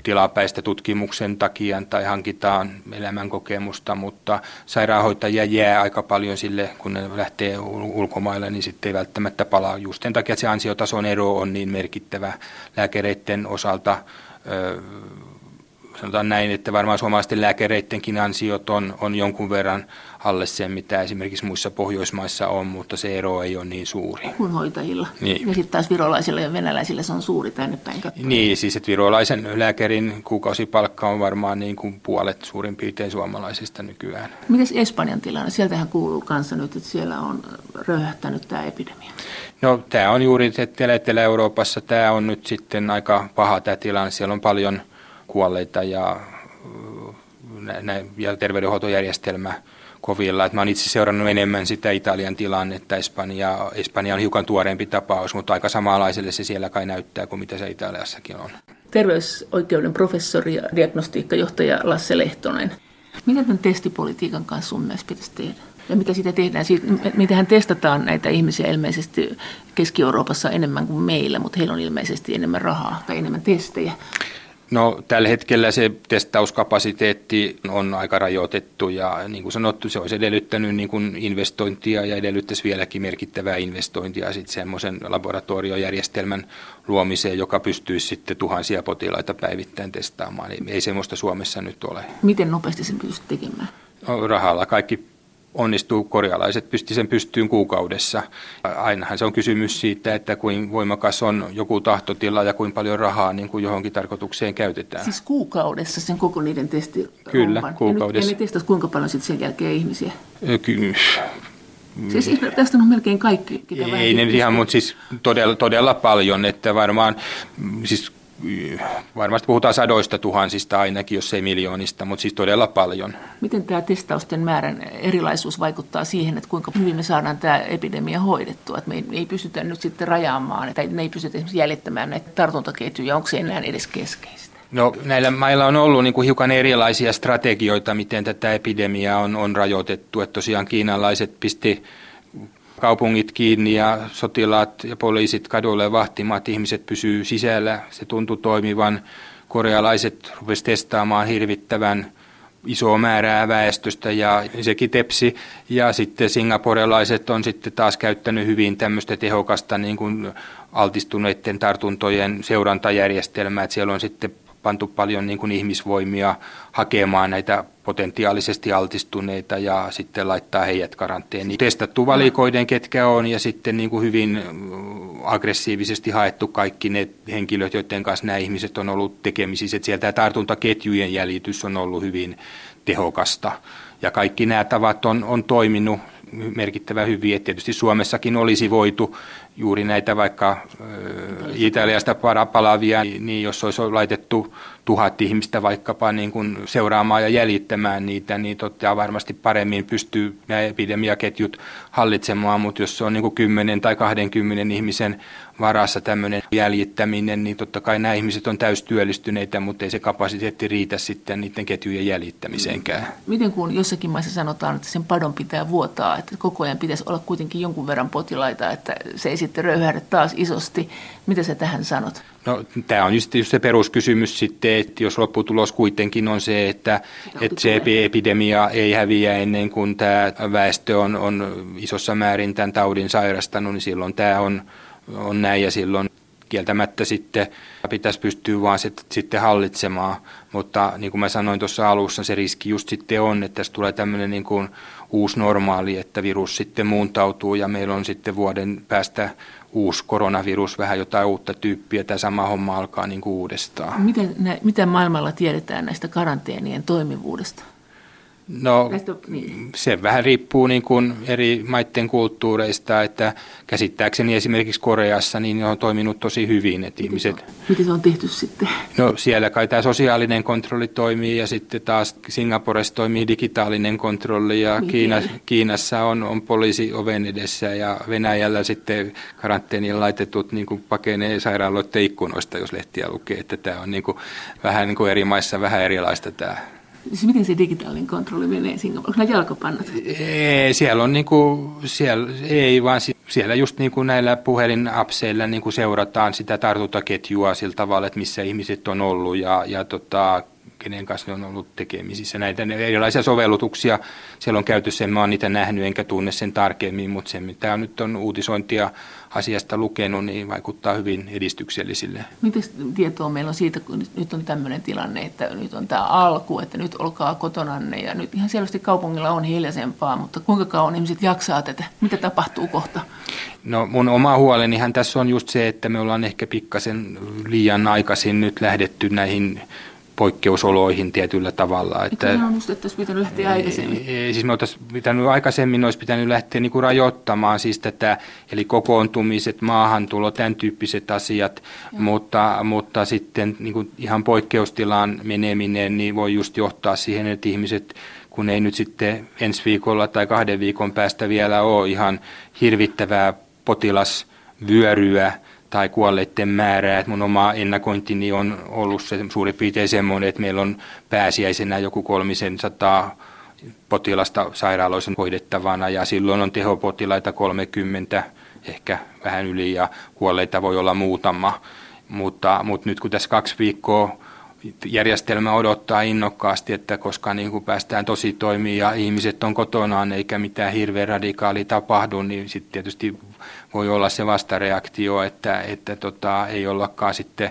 tilapäistä tutkimuksen takia tai hankitaan elämänkokemusta, mutta sairaanhoitajia jää aika paljon sille, kun ne lähtee ulkomaille, niin sitten ei välttämättä palaa just sen takia, että se ansiotason ero on niin merkittävä lääkäreiden osalta. Sanotaan näin, että varmaan suomalaisten lääkäreidenkin ansiot on, on jonkun verran alle sen, mitä esimerkiksi muissa Pohjoismaissa on, mutta se ero ei ole niin suuri. Kuin hoitajilla. Niin. Ja sitten taas virolaisilla ja venäläisillä se on suuri tänne päin katsoen. Niin, siis että virolaisen lääkärin kuukausipalkka on varmaan niin kuin puolet suurin piirtein suomalaisista nykyään. Mites Espanjan tilanne? Sieltähän kuuluu kanssa nyt, että siellä on röyhähtänyt tämä epidemia. No tämä on juuri, että Etelä-Euroopassa tämä on nyt sitten aika paha tämä tilanne. Siellä on paljon kuolleita ja, ja terveydenhuoltojärjestelmä kovilla. Mä oon itse seurannut enemmän sitä Italian tilannetta. Espanja, Espanja on hiukan tuoreempi tapaus, mutta aika samanlaiselle se siellä kai näyttää kuin mitä se Italiassakin on. Terveysoikeuden professori ja diagnostiikkajohtaja Lasse Lehtonen. Mitä tämän testipolitiikan kanssa sun mielestä pitäisi tehdä? Ja mitä sitä tehdään? Mitähän testataan näitä ihmisiä ilmeisesti Keski-Euroopassa enemmän kuin meillä, mutta heillä on ilmeisesti enemmän rahaa tai enemmän testejä. No tällä hetkellä se testauskapasiteetti on aika rajoitettu ja niin kuin sanottu, se olisi edellyttänyt niin kuin investointia ja edellyttäisi vieläkin merkittävää investointia sitten semmoisen laboratoriojärjestelmän luomiseen, joka pystyisi sitten tuhansia potilaita päivittäin testaamaan. Ei semmoista Suomessa nyt ole. Miten nopeasti sen pystyisi tekemään? No, rahalla kaikki onnistuu, korealaiset pysti sen pystyyn kuukaudessa. Ainahan se on kysymys siitä, että kuinka voimakas on joku tahtotila ja kuinka paljon rahaa niin kuin johonkin tarkoitukseen käytetään. Siis kuukaudessa sen koko niiden testi. Kyllä, kuukaudessa. Ja ne testasi kuinka paljon sitten sen jälkeen ihmisiä? Kyllä. Siis tästä on melkein kaikki. Ei ne ihan, mutta siis todella, todella paljon, että varmaan siis varmasti puhutaan sadoista tuhansista ainakin, jos ei miljoonista, mutta siis todella paljon. Miten tämä testausten määrän erilaisuus vaikuttaa siihen, että kuinka hyvin me saadaan tämä epidemia hoidettua? Että me ei, ei pystytä nyt sitten rajaamaan, tai me ei pystytä esimerkiksi jäljittämään näitä tartuntaketjuja. Onko se enää edes keskeistä? No näillä mailla on ollut niin kuin hiukan erilaisia strategioita, miten tätä epidemiaa on, on rajoitettu. Että tosiaan kiinalaiset pisti kaupungit kiinni ja sotilaat ja poliisit kaduille vahtimaan, että ihmiset pysyy sisällä. Se tuntui toimivan. Korealaiset rupesivat testaamaan hirvittävän isoa määrää väestöstä ja sekin tepsi. Ja sitten singaporelaiset on sitten taas käyttänyt hyvin tämmöistä tehokasta niin kuin altistuneiden tartuntojen seurantajärjestelmää. Että siellä on sitten pantu paljon niin kuin ihmisvoimia hakemaan näitä potentiaalisesti altistuneita ja sitten laittaa heidät karanteeniin. Testattu valikoiden, ketkä on, ja sitten niin kuin hyvin aggressiivisesti haettu kaikki ne henkilöt, joiden kanssa nämä ihmiset on ollut tekemisissä. Että sieltä tartuntaketjujen jäljitys on ollut hyvin tehokasta. Ja kaikki nämä tavat on, on toiminut merkittävän hyvin. Että tietysti Suomessakin olisi voitu juuri näitä vaikka Italiasta palaavia, niin jos olisi laitettu tuhat ihmistä vaikkapa niin kuin seuraamaan ja jäljittämään niitä, niin totta varmasti paremmin pystyy nämä epidemiaketjut hallitsemaan, mutta jos se on niin kuin kymmenen tai kahdenkymmenen ihmisen varassa tämmöinen jäljittäminen, niin totta kai nämä ihmiset on täystyöllistyneitä, mutta ei se kapasiteetti riitä sitten niiden ketjujen jäljittämiseenkään. Miten kun jossakin maissa sanotaan, että sen padon pitää vuotaa, että koko ajan pitäisi olla kuitenkin jonkun verran potilaita, että se ei sitten röyhähdä taas isosti. Mitä sä tähän sanot? No tämä on just, just se peruskysymys sitten, että jos lopputulos kuitenkin on se, että, että se epidemia ei häviä ennen kuin tämä väestö on, on isossa määrin tämän taudin sairastanut, niin silloin tämä on, on näin ja silloin kieltämättä sitten pitäisi pystyä vaan sit, sitten hallitsemaan, mutta niin kuin mä sanoin tuossa alussa, se riski just sitten on, että tässä tulee tämmöinen niin kuin uusi normaali, että virus sitten muuntautuu ja meillä on sitten vuoden päästä uusi koronavirus, vähän jotain uutta tyyppiä, tämä sama homma alkaa niin kuin uudestaan. Miten, nä, mitä maailmalla tiedetään näistä karanteenien toimivuudesta? No se vähän riippuu niin kuin eri maiden kulttuureista, että käsittääkseni esimerkiksi Koreassa niin ne on toiminut tosi hyvin. Että miten, ihmiset, se on, miten se on tehty sitten? No siellä kai tämä sosiaalinen kontrolli toimii ja sitten taas Singaporessa toimii digitaalinen kontrolli ja Kiina, Kiinassa on, on poliisi oven edessä ja Venäjällä sitten karanteeniin laitetut niin kuin pakenee sairaaloiden ikkunoista, jos lehtiä lukee. Että tämä on niin kuin, vähän niin kuin eri maissa vähän erilaista tämä. Siis miten se digitaalinen kontrolli menee Singaporessa? Onko nämä jalkapannat? Ei, siellä on niinku, siellä, ei vaan siellä just niin kuin näillä puhelinapseilla niin kuin seurataan sitä tartuntaketjua sillä tavalla, että missä ihmiset on ollut ja, ja tota, kenen kanssa ne on ollut tekemisissä. Näitä erilaisia sovellutuksia siellä on käytössä, en mä oon niitä nähnyt enkä tunne sen tarkemmin, mutta se mitä nyt on uutisointia asiasta lukenut, niin vaikuttaa hyvin edistyksellisille. Miten tietoa meillä on siitä, kun nyt on tämmöinen tilanne, että nyt on tämä alku, että nyt olkaa kotonanne ja nyt ihan selvästi kaupungilla on hiljaisempaa, mutta kuinka kauan ihmiset jaksaa tätä? Mitä tapahtuu kohta? No mun oma huolenihan tässä on just se, että me ollaan ehkä pikkasen liian aikaisin nyt lähdetty näihin poikkeusoloihin tietyllä tavalla. Että on just, että olisi pitänyt lähteä aikaisemmin. Ei, siis me oltaisiin pitänyt aikaisemmin, olisi pitänyt lähteä niin kuin rajoittamaan siis tätä, eli kokoontumiset, maahantulo, tämän tyyppiset asiat, mutta, mutta sitten niin kuin ihan poikkeustilaan meneminen niin voi just johtaa siihen, että ihmiset, kun ei nyt sitten ensi viikolla tai kahden viikon päästä vielä ole ihan hirvittävää potilasvyöryä, tai kuolleiden määrää. Että mun oma ennakointini on ollut se suurin piirtein semmoinen, että meillä on pääsiäisenä joku kolmisen sataa potilasta sairaaloissa hoidettavana ja silloin on tehopotilaita kolmekymmentä, ehkä vähän yli ja kuolleita voi olla muutama. Mutta, mutta nyt kun tässä kaksi viikkoa järjestelmä odottaa innokkaasti, että koska niin kuin päästään tosi toimimaan ja ihmiset on kotonaan eikä mitään hirveän radikaalia tapahdu, niin sitten tietysti voi olla se vastareaktio, että, että tota, ei ollakaan sitten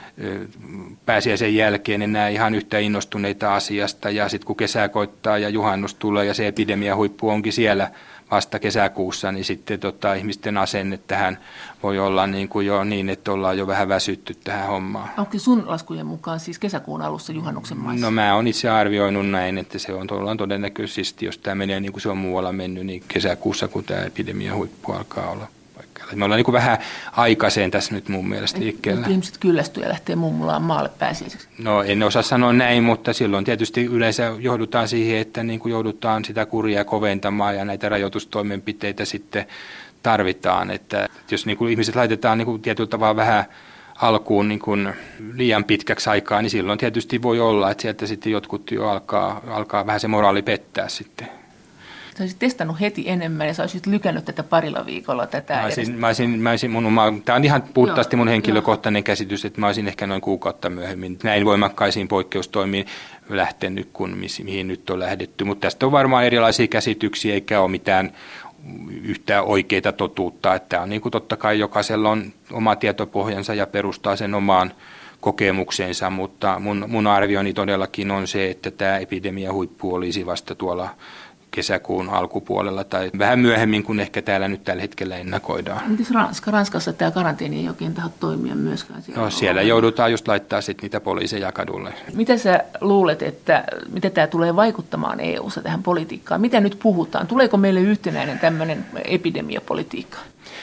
pääsiäisen jälkeen enää ihan yhtä innostuneita asiasta ja sitten kun kesä koittaa ja juhannus tulee ja se epidemiahuippu onkin siellä vasta kesäkuussa, niin sitten tota, ihmisten asenne tähän voi olla niin kuin jo niin, että ollaan jo vähän väsytty tähän hommaan. Onko sun laskujen mukaan siis kesäkuun alussa juhannuksen maissa? No mä oon itse arvioinut näin, että se on, on todennäköisesti, jos tämä menee niin kuin se on muualla mennyt, niin kesäkuussa, kun tämä epidemiahuippu alkaa olla. Me ollaan niin kuin vähän aikaiseen tässä nyt mun mielestä liikkeellä. Nyt ihmiset kyllästyy ja lähtee mummulaan maalle pääsiäiseksi. No en osaa sanoa näin, mutta silloin tietysti yleensä joudutaan siihen, että niin kuin joudutaan sitä kuria koventamaan ja näitä rajoitustoimenpiteitä sitten tarvitaan. Että jos niin kuin ihmiset laitetaan niin kuin tietyllä tavalla vähän alkuun niin kuin liian pitkäksi aikaa, niin silloin tietysti voi olla, että sieltä sitten jotkut jo alkaa, alkaa vähän se moraali pettää sitten. Sä olisit testannut heti enemmän ja sä olisit lykännyt tätä parilla viikolla tätä mä olisin, mä olisin, mä olisin mun oma, tämä on ihan puhtaasti mun henkilökohtainen käsitys, että mä olisin ehkä noin kuukautta myöhemmin näin voimakkaisiin poikkeustoimiin lähtenyt kuin mihin nyt on lähdetty. Mutta tästä on varmaan erilaisia käsityksiä eikä ole mitään yhtään oikeita totuutta. Että on niin kuin totta kai jokaisella on oma tietopohjansa ja perustaa sen omaan kokemukseensa, mutta mun, mun arvioni todellakin on se, että tämä epidemiahuippu olisi vasta tuolla kesäkuun alkupuolella tai vähän myöhemmin kuin ehkä täällä nyt tällä hetkellä ennakoidaan. Mites Ranska? Ranskassa tämä karanteeni ei oikein tahdo toimia myöskään. Siellä no siellä on joudutaan just laittaa sit niitä poliiseja kadulle. Mitä sä luulet, että mitä tämä tulee vaikuttamaan E U:ssa tähän politiikkaan? Mitä nyt puhutaan? Tuleeko meille yhtenäinen tämmöinen epidemiapolitiikka?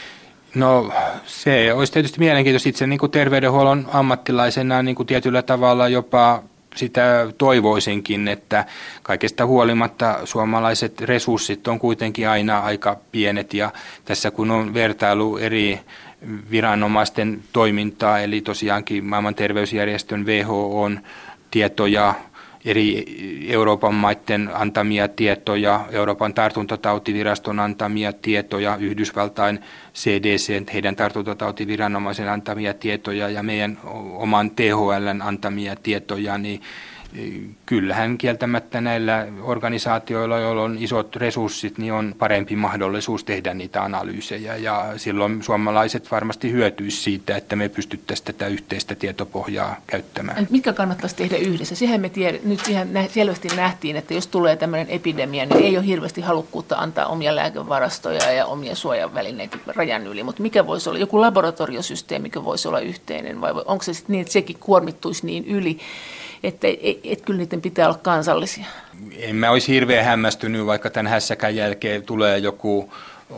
No se olisi tietysti mielenkiintoista itse niin kuin terveydenhuollon ammattilaisena niin kuin tietyllä tavalla jopa sitä toivoisinkin, että kaikesta huolimatta suomalaiset resurssit on kuitenkin aina aika pienet ja tässä kun on vertailu eri viranomaisten toimintaa, eli tosiaankin maailman terveysjärjestön W H O:n tietoja, eri Euroopan maiden antamia tietoja, Euroopan tartuntatautiviraston antamia tietoja, Yhdysvaltain C D C, heidän tartuntatautiviranomaisen antamia tietoja ja meidän oman T H L:n antamia tietoja, niin kyllähän kieltämättä näillä organisaatioilla, joilla on isot resurssit, niin on parempi mahdollisuus tehdä niitä analyysejä ja silloin suomalaiset varmasti hyötyisi siitä, että me pystyttäisiin tätä yhteistä tietopohjaa käyttämään. Mitkä kannattaisi tehdä yhdessä? Sehän me tiedä, nyt ihan selvästi nähtiin, että jos tulee tämmöinen epidemia, niin ei ole hirveästi halukkuutta antaa omia lääkevarastoja ja omia suojavälineitä rajan yli, mutta mikä voisi olla joku laboratoriosysteemi, mikä voisi olla yhteinen vai onko se sitten niin, että sekin kuormittuisi niin yli? Että et, et, kyllä niiden pitää olla kansallisia. En mä olisi hirveän hämmästynyt, vaikka tämän hässäkän jälkeen tulee joku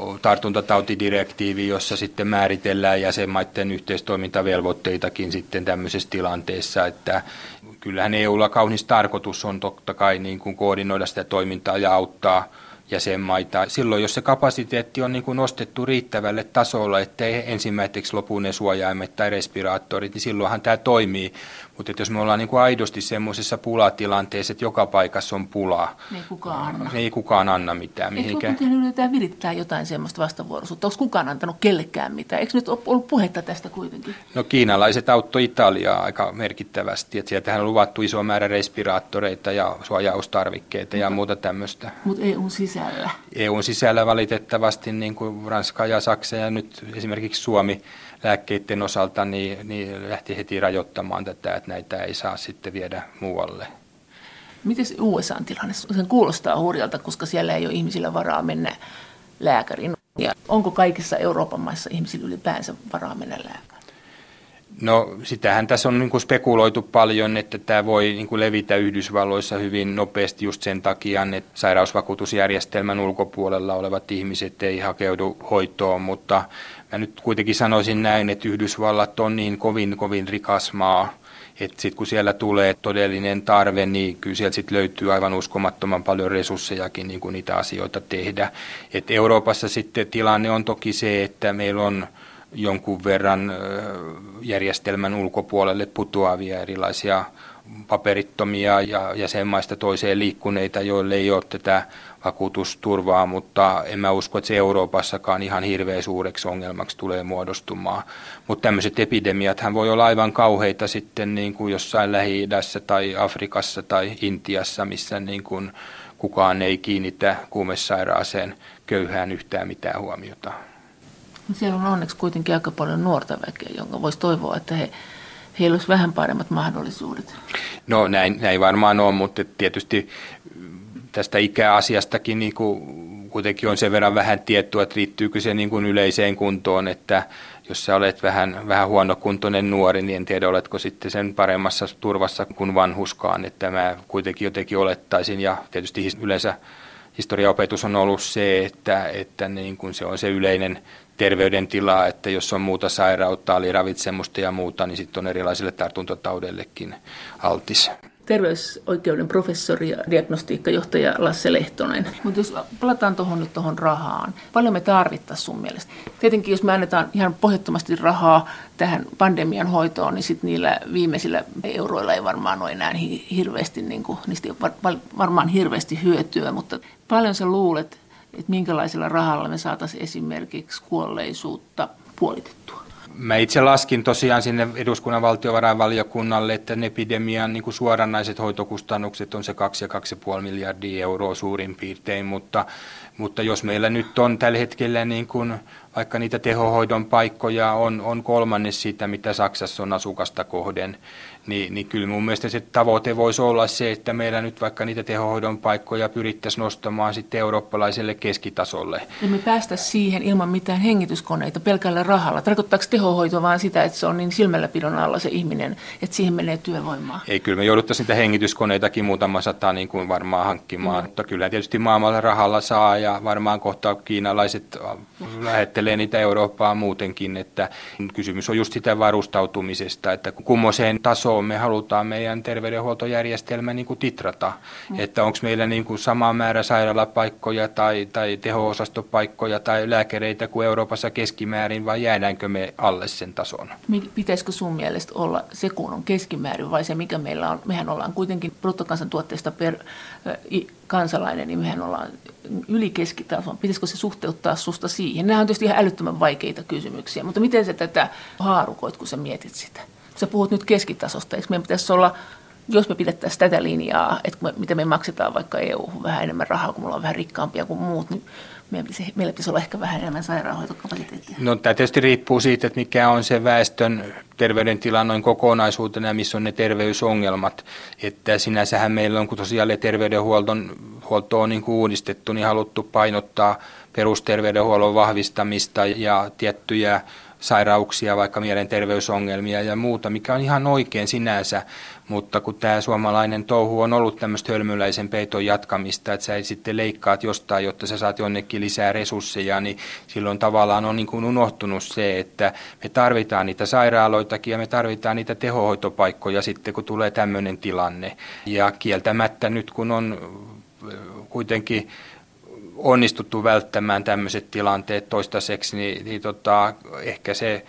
tartuntatautidirektiivi, jossa sitten määritellään jäsenmaiden yhteistoimintavelvoitteitakin sitten tämmöisessä tilanteessa, että kyllähän E U:lla kaunis tarkoitus on totta kai niin kuin koordinoida sitä toimintaa ja auttaa jäsenmaita. Silloin, jos se kapasiteetti on niin kuin nostettu riittävälle tasolle, ettei ensimmäiseksi lopu ne suojaimet tai respiraattorit, niin silloinhan tämä toimii. Mutta jos me ollaan niin kuin aidosti semmoisessa pulatilanteessa, että joka paikassa on pulaa, ei kukaan anna, ei kukaan anna mitään mihinkään. Eikö kuitenkin yritetään virittää jotain semmoista vastavuoroisuutta? Onko kukaan antanut kellekään mitään? Eikö nyt ole ollut puhetta tästä kuitenkin? No kiinalaiset auttoi Italiaa aika merkittävästi. Että sieltähän on luvattu iso määrä respiraattoreita ja suojaustarvikkeita ja muuta tämmöistä. Mutta E U:n sisällä? E U:n sisällä valitettavasti niin kuin Ranska ja Saksa ja nyt esimerkiksi Suomi lääkkeiden osalta niin, niin lähti heti rajoittamaan tätä, että näitä ei saa sitten viedä muualle. Miten U S A:n tilanne? Sen kuulostaa hurjalta, koska siellä ei ole ihmisillä varaa mennä lääkäriin. Ja onko kaikissa Euroopan maissa ihmisillä ylipäänsä varaa mennä lääkäriin? No sitähän tässä on niin kuin spekuloitu paljon, että tämä voi niin kuin levitä Yhdysvalloissa hyvin nopeasti just sen takia, että sairausvakuutusjärjestelmän ulkopuolella olevat ihmiset ei hakeudu hoitoon, mutta mä nyt kuitenkin sanoisin näin, että Yhdysvallat on niin kovin, kovin rikas maa, että sitten kun siellä tulee todellinen tarve, niin kyllä sieltä sit löytyy aivan uskomattoman paljon resurssejakin niin kuin niitä asioita tehdä. Et Euroopassa sitten tilanne on toki se, että meillä on jonkun verran järjestelmän ulkopuolelle putoavia erilaisia paperittomia ja jäsenmaista toiseen liikkuneita, joille ei ole tätä vakuutusturvaa, mutta en mä usko, että se Euroopassakaan ihan hirveän suureksi ongelmaksi tulee muodostumaan. Mutta tämmöiset epidemiathan voi olla aivan kauheita sitten niin kuin jossain Lähi-idässä tai Afrikassa tai Intiassa, missä niin kuin kukaan ei kiinnitä kuumesairaaseen köyhään yhtään mitään huomiota. Siellä on onneksi kuitenkin aika paljon nuorta väkeä, jonka voisi toivoa, että he, heillä olisi vähän paremmat mahdollisuudet. No näin, näin varmaan on, mutta tietysti tästä ikäasiastakin niin kuin kuitenkin on sen verran vähän tietoa, että riittyykö se niin kuin yleiseen kuntoon, että jos sä olet vähän, vähän huonokuntoinen nuori, niin en tiedä, oletko sitten sen paremmassa turvassa kuin vanhuskaan, että mä kuitenkin jotenkin olettaisin ja tietysti yleensä historiaopetus on ollut se, että, että niin kuin se on se yleinen terveydentila, että jos on muuta sairautta, aliravitsemusta ja muuta, niin sitten on erilaisille tartuntataudeillekin altis. Terveysoikeuden professori ja diagnostiikkajohtaja Lasse Lehtonen. Mutta jos palataan tuohon nyt tuohon rahaan, paljon me tarvittaisiin sun mielestä? Tietenkin jos me annetaan ihan pohjattomasti rahaa tähän pandemian hoitoon, niin sitten niillä viimeisillä euroilla ei varmaan ole enää hirveästi, niin kuin, niistä ei ole varmaan hirveästi hyötyä, mutta paljon sä luulet, että minkälaisella rahalla me saataisiin esimerkiksi kuolleisuutta puolitettua? Mä itse laskin tosiaan sinne eduskunnan valtiovarainvaliokunnalle, että epidemian niin kuin suoranaiset hoitokustannukset on se kaksi ja kaksi pilkku viisi miljardia euroa suurin piirtein, mutta, mutta jos meillä nyt on tällä hetkellä niin kuin vaikka niitä tehohoidon paikkoja on, on kolmannes siitä, mitä Saksassa on asukasta kohden, niin, niin kyllä mun mielestä se tavoite voisi olla se, että meillä nyt vaikka niitä tehohoidon paikkoja pyrittäisiin nostamaan sitten eurooppalaiselle keskitasolle. Ja me päästäisiin siihen ilman mitään hengityskoneita pelkällä rahalla. Tarkoittaako tehohoito vaan sitä, että se on niin silmälläpidon alla se ihminen, että siihen menee työvoimaa? Ei, kyllä me jouduttaisiin niitä hengityskoneitakin muutama sata niin kuin varmaan hankkimaan, mm. mutta kyllä tietysti maailmalla rahalla saa ja varmaan kohta kiinalaiset lähettelee niitä Eurooppaan muutenkin, että kysymys on just sitä varustautumisesta, että kummoiseen tasoon me halutaan meidän terveydenhuoltojärjestelmä niin kuin titrata, mm. että onko meillä niin kuin sama määrä sairaalapaikkoja tai, tai teho-osastopaikkoja tai lääkäreitä kuin Euroopassa keskimäärin vai jäädäänkö me alle sen tason? Pitäisikö sun mielestä olla se, kun on keskimäärin vai se, mikä meillä on? Mehän ollaan kuitenkin bruttokansantuotteesta per kansalainen, niin mehän ollaan yli keskitason. Pitäisikö se suhteuttaa susta siihen? Nämä on tietysti ihan älyttömän vaikeita kysymyksiä, mutta miten sä tätä haarukoit, kun sä mietit sitä? Kun sä puhut nyt keskitasosta, eikö meidän pitäisi olla, jos me pidettäisiin tätä linjaa, että me, mitä me maksetaan vaikka E U vähän enemmän rahaa, kun me ollaan vähän rikkaampia kuin muut, niin meillä pitäisi, meillä pitäisi olla ehkä vähän enemmän sairaanhoitokapasiteettia. No tämä tietysti riippuu siitä, että mikä on se väestön terveydentila noin kokonaisuutena ja missä on ne terveysongelmat. Että sinänsähän meillä on, kun sosiaali- ja terveydenhuolto on niin kuin uudistettu, niin haluttu painottaa perusterveydenhuollon vahvistamista ja tiettyjä sairauksia, vaikka mielenterveysongelmia ja muuta, mikä on ihan oikein sinänsä, mutta kun tämä suomalainen touhu on ollut tämmöistä hölmöläisen peiton jatkamista, että sä sitten leikkaat jostain, jotta sä saat jonnekin lisää resursseja, niin silloin tavallaan on niin kuin unohtunut se, että me tarvitaan niitä sairaaloitakin ja me tarvitaan niitä tehohoitopaikkoja sitten, kun tulee tämmöinen tilanne. Ja kieltämättä nyt, kun on kuitenkin onnistuttu välttämään tämmöiset tilanteet toistaiseksi, niin, niin tota, ehkä se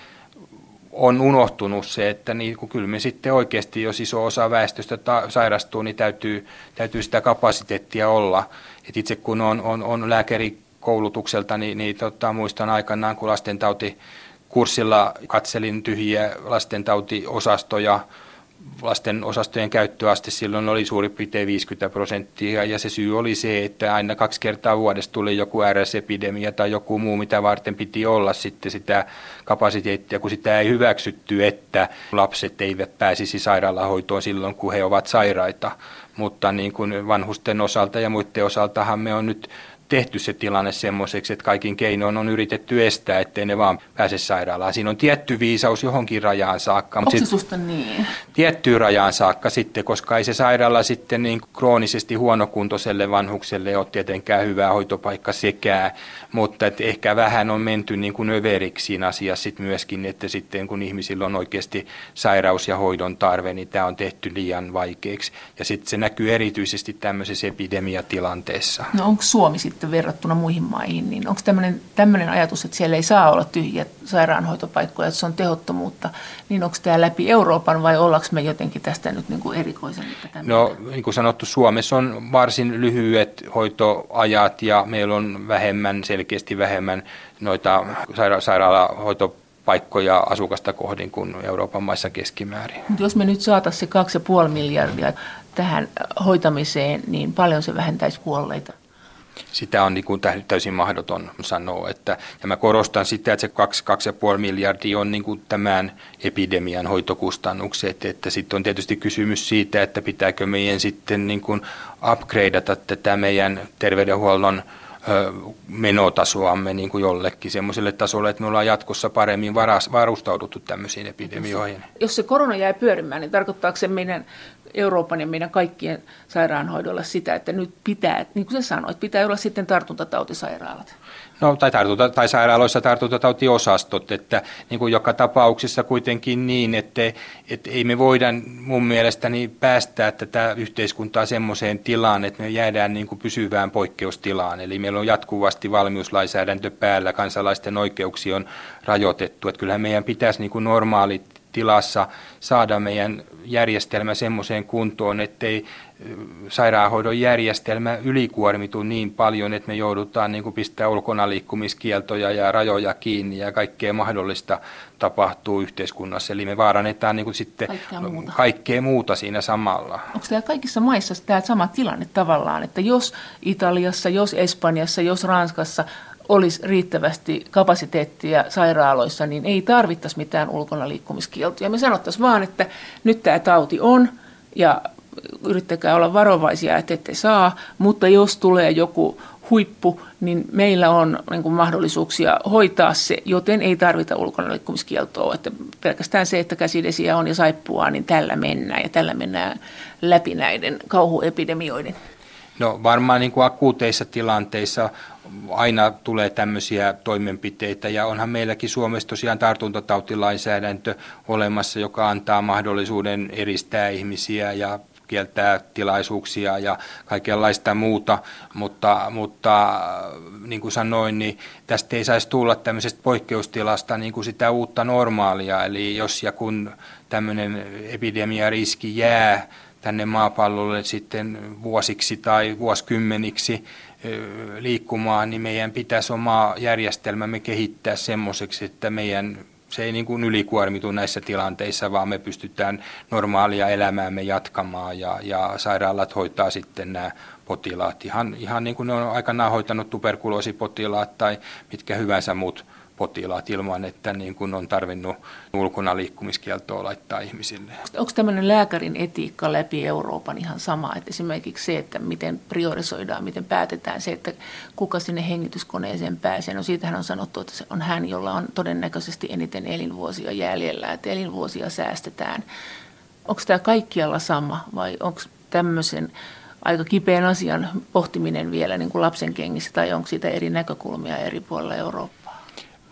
on unohtunut se, että niin, kun kyllä me sitten oikeasti, jos iso osa väestöstä ta- sairastuu, niin täytyy, täytyy sitä kapasiteettia olla. Et itse kun on, on, on lääkärikoulutukselta, niin, niin tota, muistan aikanaan, kun lastentautikurssilla katselin tyhjiä lastentautiosastoja, lasten osastojen käyttöaste silloin oli suurin piirtein viisikymmentä prosenttia, ja se syy oli se, että aina kaksi kertaa vuodessa tuli joku R S-epidemia tai joku muu, mitä varten piti olla sitten sitä kapasiteettia, kun sitä ei hyväksytty, että lapset eivät pääsisi sairaalahoitoon silloin, kun he ovat sairaita. Mutta niin kuin vanhusten osalta ja muiden osaltahan me on nyt tehty se tilanne semmoiseksi, että kaikin keinoin on yritetty estää, ettei ne vaan pääse sairaalaan. Siinä on tietty viisaus johonkin rajaan saakka. Onko se susta niin? Tiettyyn rajaan saakka sitten, koska ei se sairaala sitten niin kroonisesti huonokuntoiselle vanhukselle ole tietenkään hyvä hoitopaikka sekään, mutta että ehkä vähän on menty niin kuin överiksi siinä asiassa sitten myöskin, että sitten kun ihmisillä on oikeasti sairaus ja hoidon tarve, niin tämä on tehty liian vaikeaksi. Ja sitten se näkyy erityisesti tämmöisessä epidemiatilanteessa. No onko Suomi sitten verrattuna muihin maihin, niin onko tämmöinen ajatus, että siellä ei saa olla tyhjiä sairaanhoitopaikkoja, että se on tehottomuutta, niin onko tämä läpi Euroopan vai ollaanko me jotenkin tästä nyt niin kuin erikoisen? No niin kuin sanottu, Suomessa on varsin lyhyet hoitoajat ja meillä on vähemmän, selkeästi vähemmän noita saira- sairaalahoitopaikkoja asukasta kohdin kuin Euroopan maissa keskimäärin. Mutta jos me nyt saataisiin se kaksi pilkku viisi miljardia tähän hoitamiseen, niin paljon se vähentäisi kuolleita? Sitä on niin kuin täysin mahdoton sanoa, että ja mä korostan sitä, että se kaksi pilkku viisi miljardia on niin kuin tämän epidemian hoitokustannukset, että sitten on tietysti kysymys siitä, että pitääkö meidän sitten niin kuin upgradeata tätä meidän terveydenhuollon menotasoamme niin kuin jollekin semmoiselle tasolle, että me ollaan jatkossa paremmin varas, varustauduttu tämmöisiin epidemioihin. Jos se korona jää pyörimään, niin tarkoittaako se meidän Euroopan ja meidän kaikkien sairaanhoidolla sitä, että nyt pitää, niin kuin sä sanoit, pitää olla sitten tartuntatautisairaalat? No, tai, tartunta, tai sairaaloissa tartuntatautiosastot, että niin kuin joka tapauksessa kuitenkin niin, että, että ei me voida mun mielestäni päästää tätä yhteiskuntaa semmoiseen tilaan, että me jäädään niin kuin pysyvään poikkeustilaan. Eli meillä on jatkuvasti valmiuslainsäädäntö päällä, kansalaisten oikeuksia on rajoitettu. Että kyllähän meidän pitäisi niin kuin normaalit tilassa saada meidän järjestelmä semmoiseen kuntoon, ettei sairaanhoidon järjestelmä ylikuormitu niin paljon, että me joudutaan niin kuin pistää ulkona liikkumiskieltoja ja rajoja kiinni ja kaikkea mahdollista tapahtuu yhteiskunnassa. Eli me vaarannetaan niin kuin sitten kaikkea muuta. kaikkea muuta siinä samalla. Onko tämä kaikissa maissa tämä sama tilanne tavallaan, että jos Italiassa, jos Espanjassa, jos Ranskassa olisi riittävästi kapasiteettia sairaaloissa, niin ei tarvittaisi mitään ulkona liikkumiskieltoja. Me sanottaisiin vaan, että nyt tämä tauti on ja yrittäkää olla varovaisia, että ette saa, mutta jos tulee joku huippu, niin meillä on niin kuin mahdollisuuksia hoitaa se, joten ei tarvita ulkona liikkumiskieltoa. Että pelkästään se, että käsidesiä on ja saippua, niin tällä mennään ja tällä mennään läpi näiden kauhuepidemioiden. No varmaan niin kuin akuuteissa tilanteissa aina tulee tämmöisiä toimenpiteitä ja onhan meilläkin Suomessa tosiaan tartuntatautilainsäädäntö olemassa, joka antaa mahdollisuuden eristää ihmisiä ja kieltää tilaisuuksia ja kaikenlaista muuta, mutta, mutta niin kuin sanoin, niin tästä ei saisi tulla tämmöisestä poikkeustilasta niin kuin sitä uutta normaalia, eli jos ja kun tämmöinen epidemiariski jää tänne maapallolle sitten vuosiksi tai vuosikymmeniksi liikkumaan, niin meidän pitäisi omaa järjestelmämme kehittää semmoiseksi, että meidän se ei niin kuin ylikuormitu näissä tilanteissa, vaan me pystytään normaalia elämäämme jatkamaan ja, ja sairaalat hoitaa sitten nämä potilaat. Ihan, ihan niin kuin ne on aikanaan hoitanut tuberkuloosipotilaat tai mitkä hyvänsä muut potilaat ilman, että niin kuin on tarvinnut ulkona liikkumiskieltoa laittaa ihmisille. Onko tämmöinen lääkärin etiikka läpi Euroopan ihan sama? Että esimerkiksi se, että miten priorisoidaan, miten päätetään se, että kuka sinne hengityskoneeseen pääsee. No siitähän on sanottu, että se on hän, jolla on todennäköisesti eniten elinvuosia jäljellä, että elinvuosia säästetään. Onko tämä kaikkialla sama vai onko tämmöisen aika kipeän asian pohtiminen vielä niin kuin lapsen kengissä tai onko siitä eri näkökulmia eri puolilla Eurooppaa?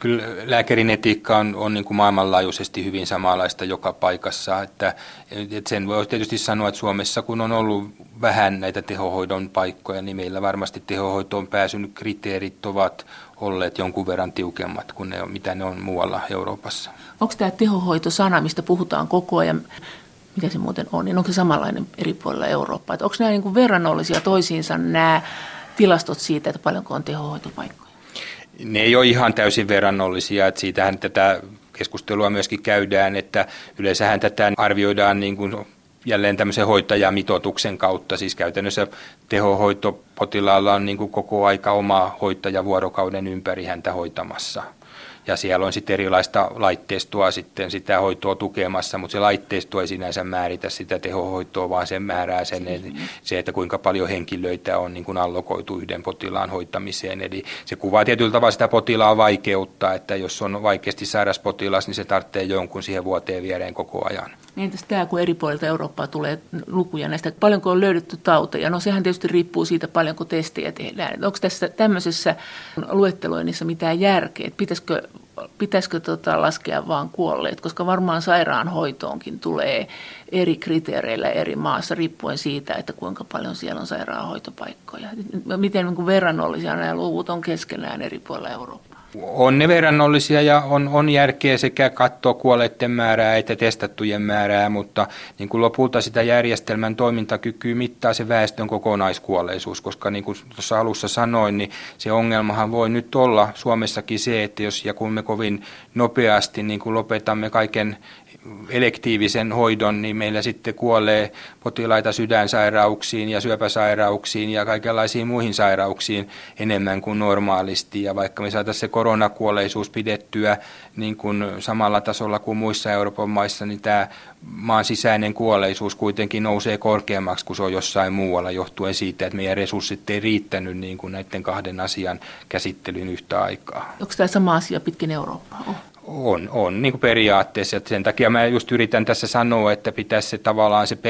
Kyllä lääkärin etiikka on, on niin kuin maailmanlaajuisesti hyvin samanlaista joka paikassa. Että, että sen voi tietysti sanoa, että Suomessa kun on ollut vähän näitä tehohoidon paikkoja, niin meillä varmasti tehohoitoon pääsyn kriteerit ovat olleet jonkun verran tiukemmat kuin ne, mitä ne on muualla Euroopassa. Onko tämä tehohoitosana, mistä puhutaan koko ajan, mikä se muuten on, niin onko se samanlainen eri puolilla Eurooppaa? Että onko nämä niin kuin verrannollisia toisiinsa nämä tilastot siitä, että paljonko on tehohoitopaikkoja? Ne ei ole ihan täysin verrannollisia, että siitähän tätä keskustelua myöskin käydään, että yleensähän tätä arvioidaan niin kuin jälleen tämmöisen hoitajamitoituksen kautta, siis käytännössä tehohoitopotilaalla on niin kuin koko aika oma hoitaja vuorokauden ympäri häntä hoitamassa. Ja siellä on sitten erilaista laitteistoa sitten sitä hoitoa tukemassa, mutta se laitteisto ei sinänsä määritä sitä tehohoitoa, vaan sen määrää sen, eli se, että kuinka paljon henkilöitä on niin kuin allokoitu yhden potilaan hoitamiseen. Eli se kuvaa tietyllä tavalla sitä potilaan vaikeutta, että jos on vaikeasti sairas potilas, niin se tarvitsee jonkun siihen vuoteen viereen koko ajan. Entäs tämä, kun eri puolilta Eurooppaa tulee lukuja näistä, paljonko on löydetty tauteja? No sehän tietysti riippuu siitä, paljonko testejä tehdään. Onko tässä tämmöisessä luetteloinnissa mitään järkeä? Pitäisikö, pitäisikö tota laskea vaan kuolleet? Koska varmaan sairaanhoitoonkin tulee eri kriteereillä eri maassa, riippuen siitä, että kuinka paljon siellä on sairaanhoitopaikkoja. Miten niin kuin verrannollisia nämä luvut on keskenään eri puolilla Eurooppaa? On ne verrannollisia ja on, on järkeä sekä katsoa kuolleiden määrää että testattujen määrää, mutta niin kuin lopulta sitä järjestelmän toimintakykyä mittaa se väestön kokonaiskuolleisuus, koska niin kuin tuossa alussa sanoin, niin se ongelmahan voi nyt olla Suomessakin se, että jos ja kun me kovin nopeasti niin kuin lopetamme kaiken elektiivisen hoidon, niin meillä sitten kuolee potilaita sydänsairauksiin ja syöpäsairauksiin ja kaikenlaisiin muihin sairauksiin enemmän kuin normaalisti. Ja vaikka me saataisiin se koronakuolleisuus pidettyä niin kuin samalla tasolla kuin muissa Euroopan maissa, niin tämä maan sisäinen kuolleisuus kuitenkin nousee korkeammaksi kuin se on jossain muualla, johtuen siitä, että meidän resurssit ei riittänyt niin kuin näiden kahden asian käsittelyyn yhtä aikaa. Onko tämä sama asia pitkin Eurooppaa? Oh. On, on niin kuin periaatteessa. Sen takia mä just yritän tässä sanoa, että pitäisi se, tavallaan se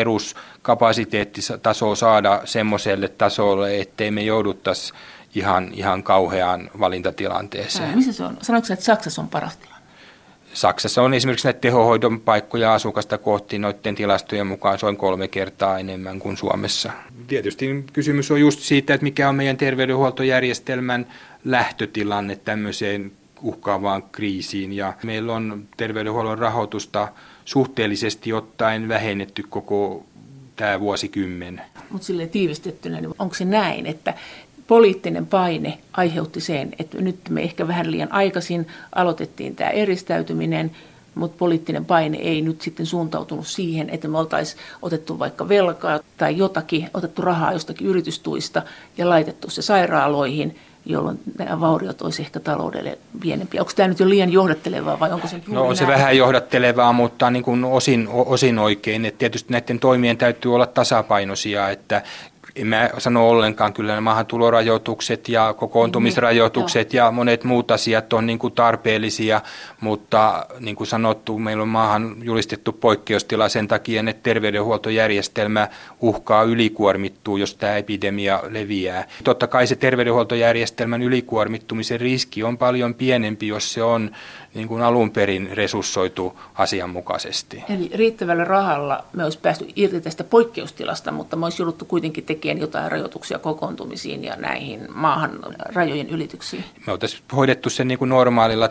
peruskapasiteettitaso saada semmoiselle tasolle, ettei me jouduttaisi ihan, ihan kauheaan valintatilanteeseen. Ää, missä se on? Sanoitko että Saksassa on paras tilanne? Saksassa on esimerkiksi näitä tehohoidon paikkoja asukasta kohti noiden tilastojen mukaan se on kolme kertaa enemmän kuin Suomessa. Tietysti kysymys on just siitä, että mikä on meidän terveydenhuoltojärjestelmän lähtötilanne tämmöiseen uhkaavaan kriisiin, ja meillä on terveydenhuollon rahoitusta suhteellisesti ottaen vähennetty koko tämä vuosikymmen. Mutta silleen tiivistettynä, niin onko se näin, että poliittinen paine aiheutti sen, että nyt me ehkä vähän liian aikaisin aloitettiin tämä eristäytyminen, mutta poliittinen paine ei nyt sitten suuntautunut siihen, että me oltaisiin otettu vaikka velkaa tai jotakin, otettu rahaa jostakin yritystuista ja laitettu se sairaaloihin, jolloin nämä vauriot olisi ehkä taloudelle pienempiä. Onko tämä nyt jo liian johdattelevaa vai onko se juuri No on se näin? vähän johdattelevaa, mutta niin kuin osin, osin oikein. Että tietysti näiden toimien täytyy olla tasapainoisia, että en mä sano ollenkaan, kyllä nämä maahantulorajoitukset ja kokoontumisrajoitukset ja monet muut asiat on niin kuin tarpeellisia, mutta niin kuin sanottu, meillä on maahan julistettu poikkeustila sen takia, että terveydenhuoltojärjestelmä uhkaa ylikuormittua, jos tämä epidemia leviää. Totta kai se terveydenhuoltojärjestelmän ylikuormittumisen riski on paljon pienempi, jos se on niin kuin alun perin resurssoitu asianmukaisesti. Eli riittävällä rahalla me olisi päästy irti tästä poikkeustilasta, mutta me olisi jouduttu kuitenkin tekemään jotain rajoituksia kokoontumisiin ja näihin maahan rajojen ylityksiin. Me oltaisiin hoidettu sen niin kuin normaalilla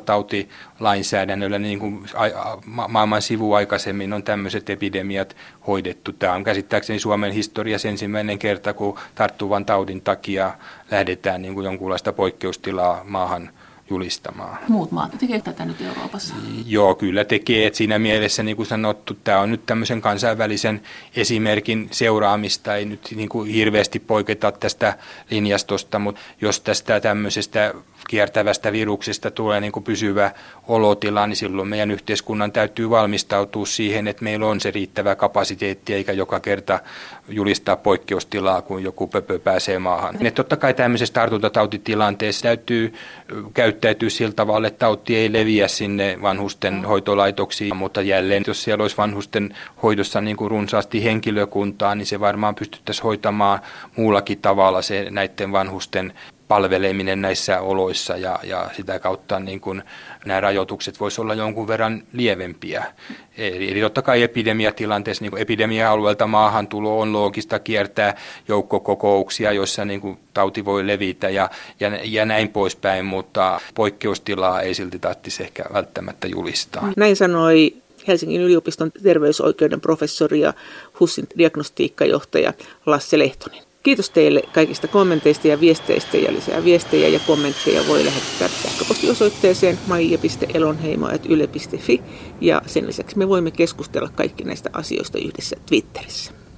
tartuntatautilainsäädännöllä, niin kuin ma- maailman sivu aikaisemmin on tämmöiset epidemiat hoidettu. Tämä on käsittääkseni Suomen historiassa ensimmäinen kerta, kun tarttuvan taudin takia lähdetään niin kuin jonkunlaista poikkeustilaa maahan julistamaan. Muut maat tekee tätä nyt Euroopassa? Joo, kyllä tekee. Et siinä mielessä, niin kuin sanottu, tämä on nyt tämmöisen kansainvälisen esimerkin seuraamista. Ei nyt niin kuin hirveästi poiketa tästä linjastosta, mutta jos tästä tämmöisestä kiertävästä viruksesta tulee niin kuin pysyvä olotila, niin silloin meidän yhteiskunnan täytyy valmistautua siihen, että meillä on se riittävä kapasiteetti, eikä joka kerta julistaa poikkeustilaa, kun joku pöpö pääsee maahan. Et totta kai tämmöisessä tartuntatautitilanteessa täytyy käyttäytyy sillä tavalla, että tauti ei leviä sinne vanhusten hoitolaitoksiin, mutta jälleen, jos siellä olisi vanhusten hoidossa niin kuin runsaasti henkilökuntaa, niin se varmaan pystyttäisiin hoitamaan muullakin tavalla se näiden vanhusten palveleminen näissä oloissa ja, ja sitä kautta niin kuin nämä rajoitukset voisivat olla jonkun verran lievempiä. Eli, eli totta kai epidemiatilanteessa, niin kuin epidemia-alueelta maahantulo on loogista kiertää joukkokokouksia, joissa niin kuin tauti voi levitä ja, ja, ja näin poispäin, mutta poikkeustilaa ei silti tarvitsisi ehkä välttämättä julistaa. Näin sanoi Helsingin yliopiston terveysoikeuden professori ja HUSin diagnostiikkajohtaja Lasse Lehtonen. Kiitos teille kaikista kommenteista ja viesteistä, ja lisää viestejä ja kommentteja voi lähettää sähköpostiosoitteeseen maija piste elonheimo ät yle piste fi, ja sen lisäksi me voimme keskustella kaikki näistä asioista yhdessä Twitterissä.